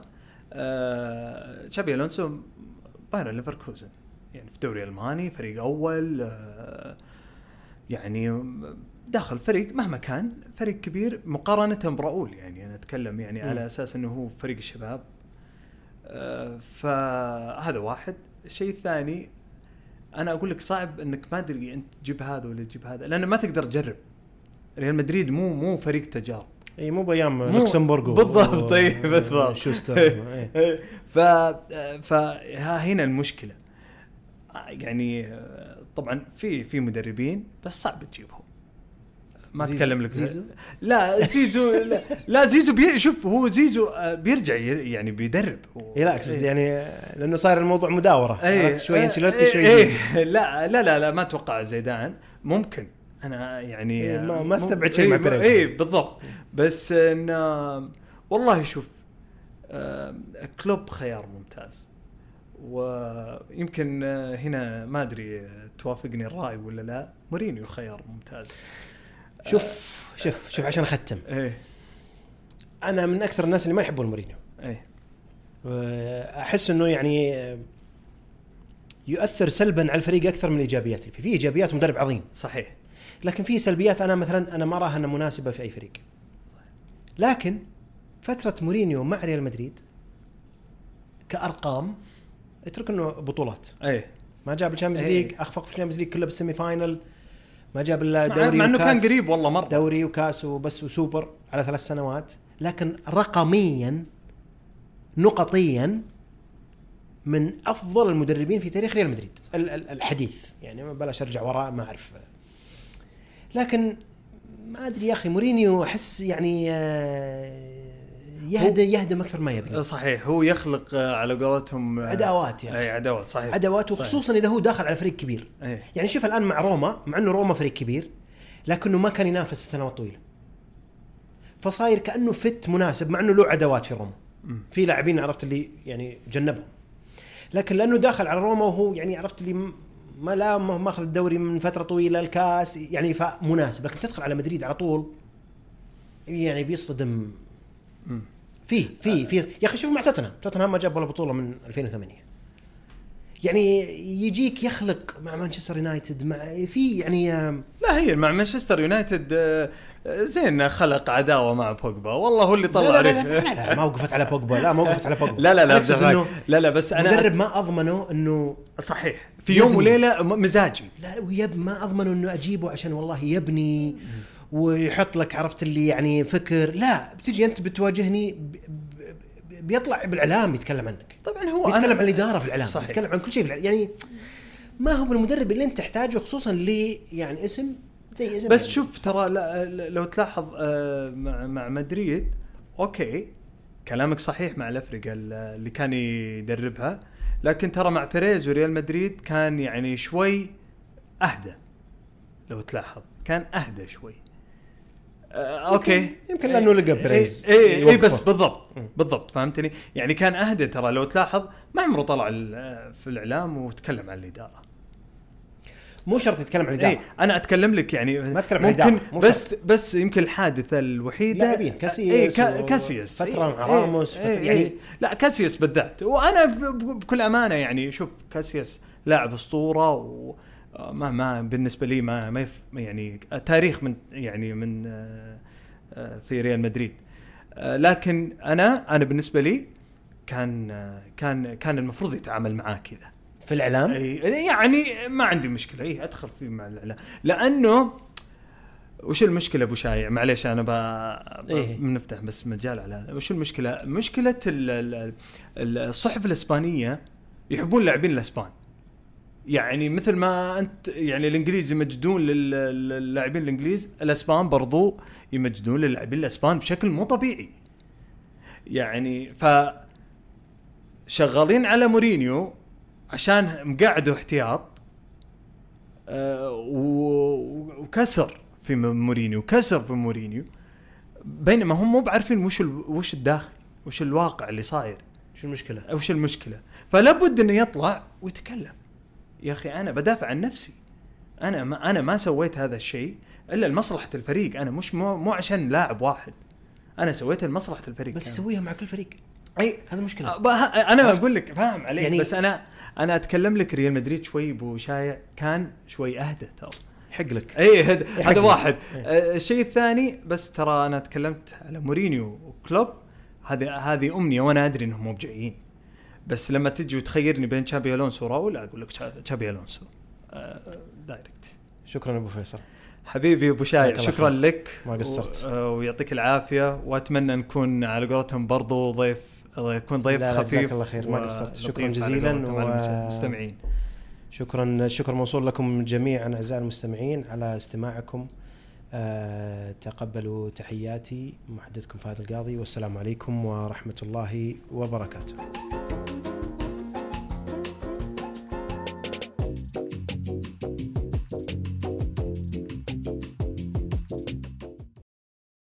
آه تشابي الونسو بايرن ليفركوزن يعني في الدوري الالماني فريق اول آه يعني داخل فريق مهما كان فريق كبير مقارنه براؤول يعني انا اتكلم يعني م. على اساس انه هو فريق الشباب. آه فهذا واحد. الشيء الثاني انا اقول لك صعب انك ما ادري انت تجيب هذا ولا تجيب هذا لانه ما تقدر تجرب. ريال مدريد مو مو فريق تجارب اي مو بيام لوكسمبورغ بالضبط. طيب بالضبط شوستر ف فهنا المشكله يعني طبعا في في مدربين بس صعب تجيبهم. ما اتكلم لك زيزو لا زيزو لا, لا زيزو بيشوف هو زيزو بيرجع يعني بيدرب اي لا اقصد يعني لانه صار الموضوع مداوره أيه شوي انشيلوتي شوي أيه زيزو. لا لا لا لا ما اتوقع زيدان ممكن انا يعني إيه ما, ما استبعد شيء مع بيريز. اي بالضبط بس ان والله شوف كلوب خيار ممتاز ويمكن هنا ما ادري توافقني الراي ولا لا مورينيو خيار ممتاز. شوف شوف شوف عشان اختم ايه انا من اكثر الناس اللي ما يحبون مورينيو. ايه احس انه يعني يؤثر سلبا على الفريق اكثر من الايجابيات. في في ايجابيات مدرب عظيم صحيح لكن في سلبيات انا مثلا انا ما اراها انها مناسبه في اي فريق. لكن فتره مورينيو مع ريال مدريد كارقام اترك انه بطولات ايه ما جاب الشامبيونز ليج، اخفق في الشامبيونز ليج كله بالسيمي فاينل، ما جاب الدوري مع, مع انه كان وكاس، قريب والله مره، دوري وكاس وبس وسوبر على ثلاث سنوات. لكن رقميا نقطيا من افضل المدربين في تاريخ ريال مدريد الحديث، يعني ما بلاش ارجع وراء ما اعرف. لكن ما ادري يا اخي مورينيو احس يعني يهدم يهدم اكثر ما يبي. صحيح، هو يخلق على قولتهم عداوات يا اخي. اي عداوات صحيح، عداوات، وخصوصا اذا هو داخل على فريق كبير. أي. يعني شوف الان مع روما، مع انه روما فريق كبير لكنه ما كان ينافس السنوات طويله، فصاير كانه فت مناسب، مع انه له عداوات في روما، في لاعبين عرفت اللي يعني جنبهم، لكن لانه داخل على روما وهو يعني عرفت اللي ما لا ما اخذ الدوري من فتره طويله، الكاس يعني فمناسب. لكن تدخل على مدريد على طول يعني بيصطدم في في في يا اخي. شوف مع توتنهام، توتنهام ما جاب ولا بطوله من ألفين وثمانية، يعني يجيك يخلق مع مانشستر يونايتد، مع في يعني لا هي مع مانشستر يونايتد زين خلق عداوه مع بوجبا، والله هو اللي طلع لا عليه. لا لا, لا, لا ما وقفت على بوجبا، لا ما وقفت على بوجبا لا لا لا, لا لا بس انا مدرب ما اضمنه انه صحيح في يوم وليله مزاجي، لا ويب ما اضمنه انه اجيبه عشان والله يبني ويحط لك عرفت اللي يعني فكر. لا بتجي انت بتواجهني ب ب بيطلع بالاعلام يتكلم عنك، طبعا هو يتكلم أنا عن الاداره في الاعلام، صحيح. يتكلم عن كل شيء في الإعلام. يعني ما هو المدرب اللي انت تحتاجه، خصوصا لي يعني اسم زي اسم بس يعني. شوف ترى لو تلاحظ مع مع مدريد اوكي كلامك صحيح مع الافرقه اللي كان يدربها، لكن ترى مع بيريز وريال مدريد كان يعني شوي اهدى، لو تلاحظ كان اهدى شوي. آه، اوكي يمكن لانه لقى بيريز اي اي, أي بس بالضبط بالضبط فهمتني. يعني كان اهدى ترى لو تلاحظ ما عمره طلع في الاعلام وتكلم عن الاداره، مو شرط يتكلم عن الاداره. اي انا اتكلم لك يعني ما اتكلم ممكن عن الاداره بس شرط. بس يمكن الحادثه الوحيده لاعبين كاسياس اي كاسياس فتره مع راموس إيه يعني إيه لا كاسياس بالذات. وانا بكل امانه يعني شوف كاسياس لاعب اسطوره وما ما بالنسبه لي ما ما يعني تاريخ من يعني من في ريال مدريد، لكن انا انا بالنسبه لي كان كان كان المفروض يتعامل معاه كذا في الاعلام. يعني ما عندي مشكله اي ادخل فيه مع الاعلام، لانه وش المشكله ابو شايع معليش انا ب... إيه؟ بنفتح بس مجال على هذا. وش المشكله؟ مشكله الصحف الاسبانيه يحبون اللاعبين الاسبان، يعني مثل ما انت يعني الانجليزي مجدون للاعبين الانجليز، الاسبان برضو يمجدون للاعبين الاسبان بشكل مو طبيعي. يعني ف شغالين على مورينيو عشان مقعدوا احتياط أه وكسر في مورينيو كسر في مورينيو بينما هم مو بعرفين وش وش الداخل وش الواقع اللي صاير، شو المشكله وش المشكله. فلا بد انه يطلع ويتكلم. يا اخي انا بدافع عن نفسي، انا ما انا ما سويت هذا الشيء الا لمصلحه الفريق، انا مش مو, مو عشان لاعب واحد، انا سويته لمصلحه الفريق. بس سويها مع كل فريق، اي هذا مشكله. انا اقول لك فاهم عليك يعني، بس انا انا اتكلم لك ريال مدريد شوي ابو شايع كان شوي اهدى ترى، يحق لك. اي هذا واحد. آه الشيء الثاني بس ترى انا تكلمت على مورينيو وكلوب، هذه هذه امنيه وانا ادري انهم مو جايين، بس لما تجي وتخيرني بين تشابي الونسو وراول اقول لك تشابي الونسو آه دايركت. شكرا ابو فيصل حبيبي ابو شايع، شكرا لك ما قصرت و... ويعطيك العافيه، واتمنى نكون على قولتهم برضو ضيف يكون ضيف لا خفيف. جزاك الله خير، ما قصرت. شكرا جزيلا والمستمعين و... شكرا شكر موصول لكم جميعا اعزائي المستمعين على استماعكم. أه... تقبلوا تحياتي، محدثكم فهد القاضي، والسلام عليكم ورحمه الله وبركاته.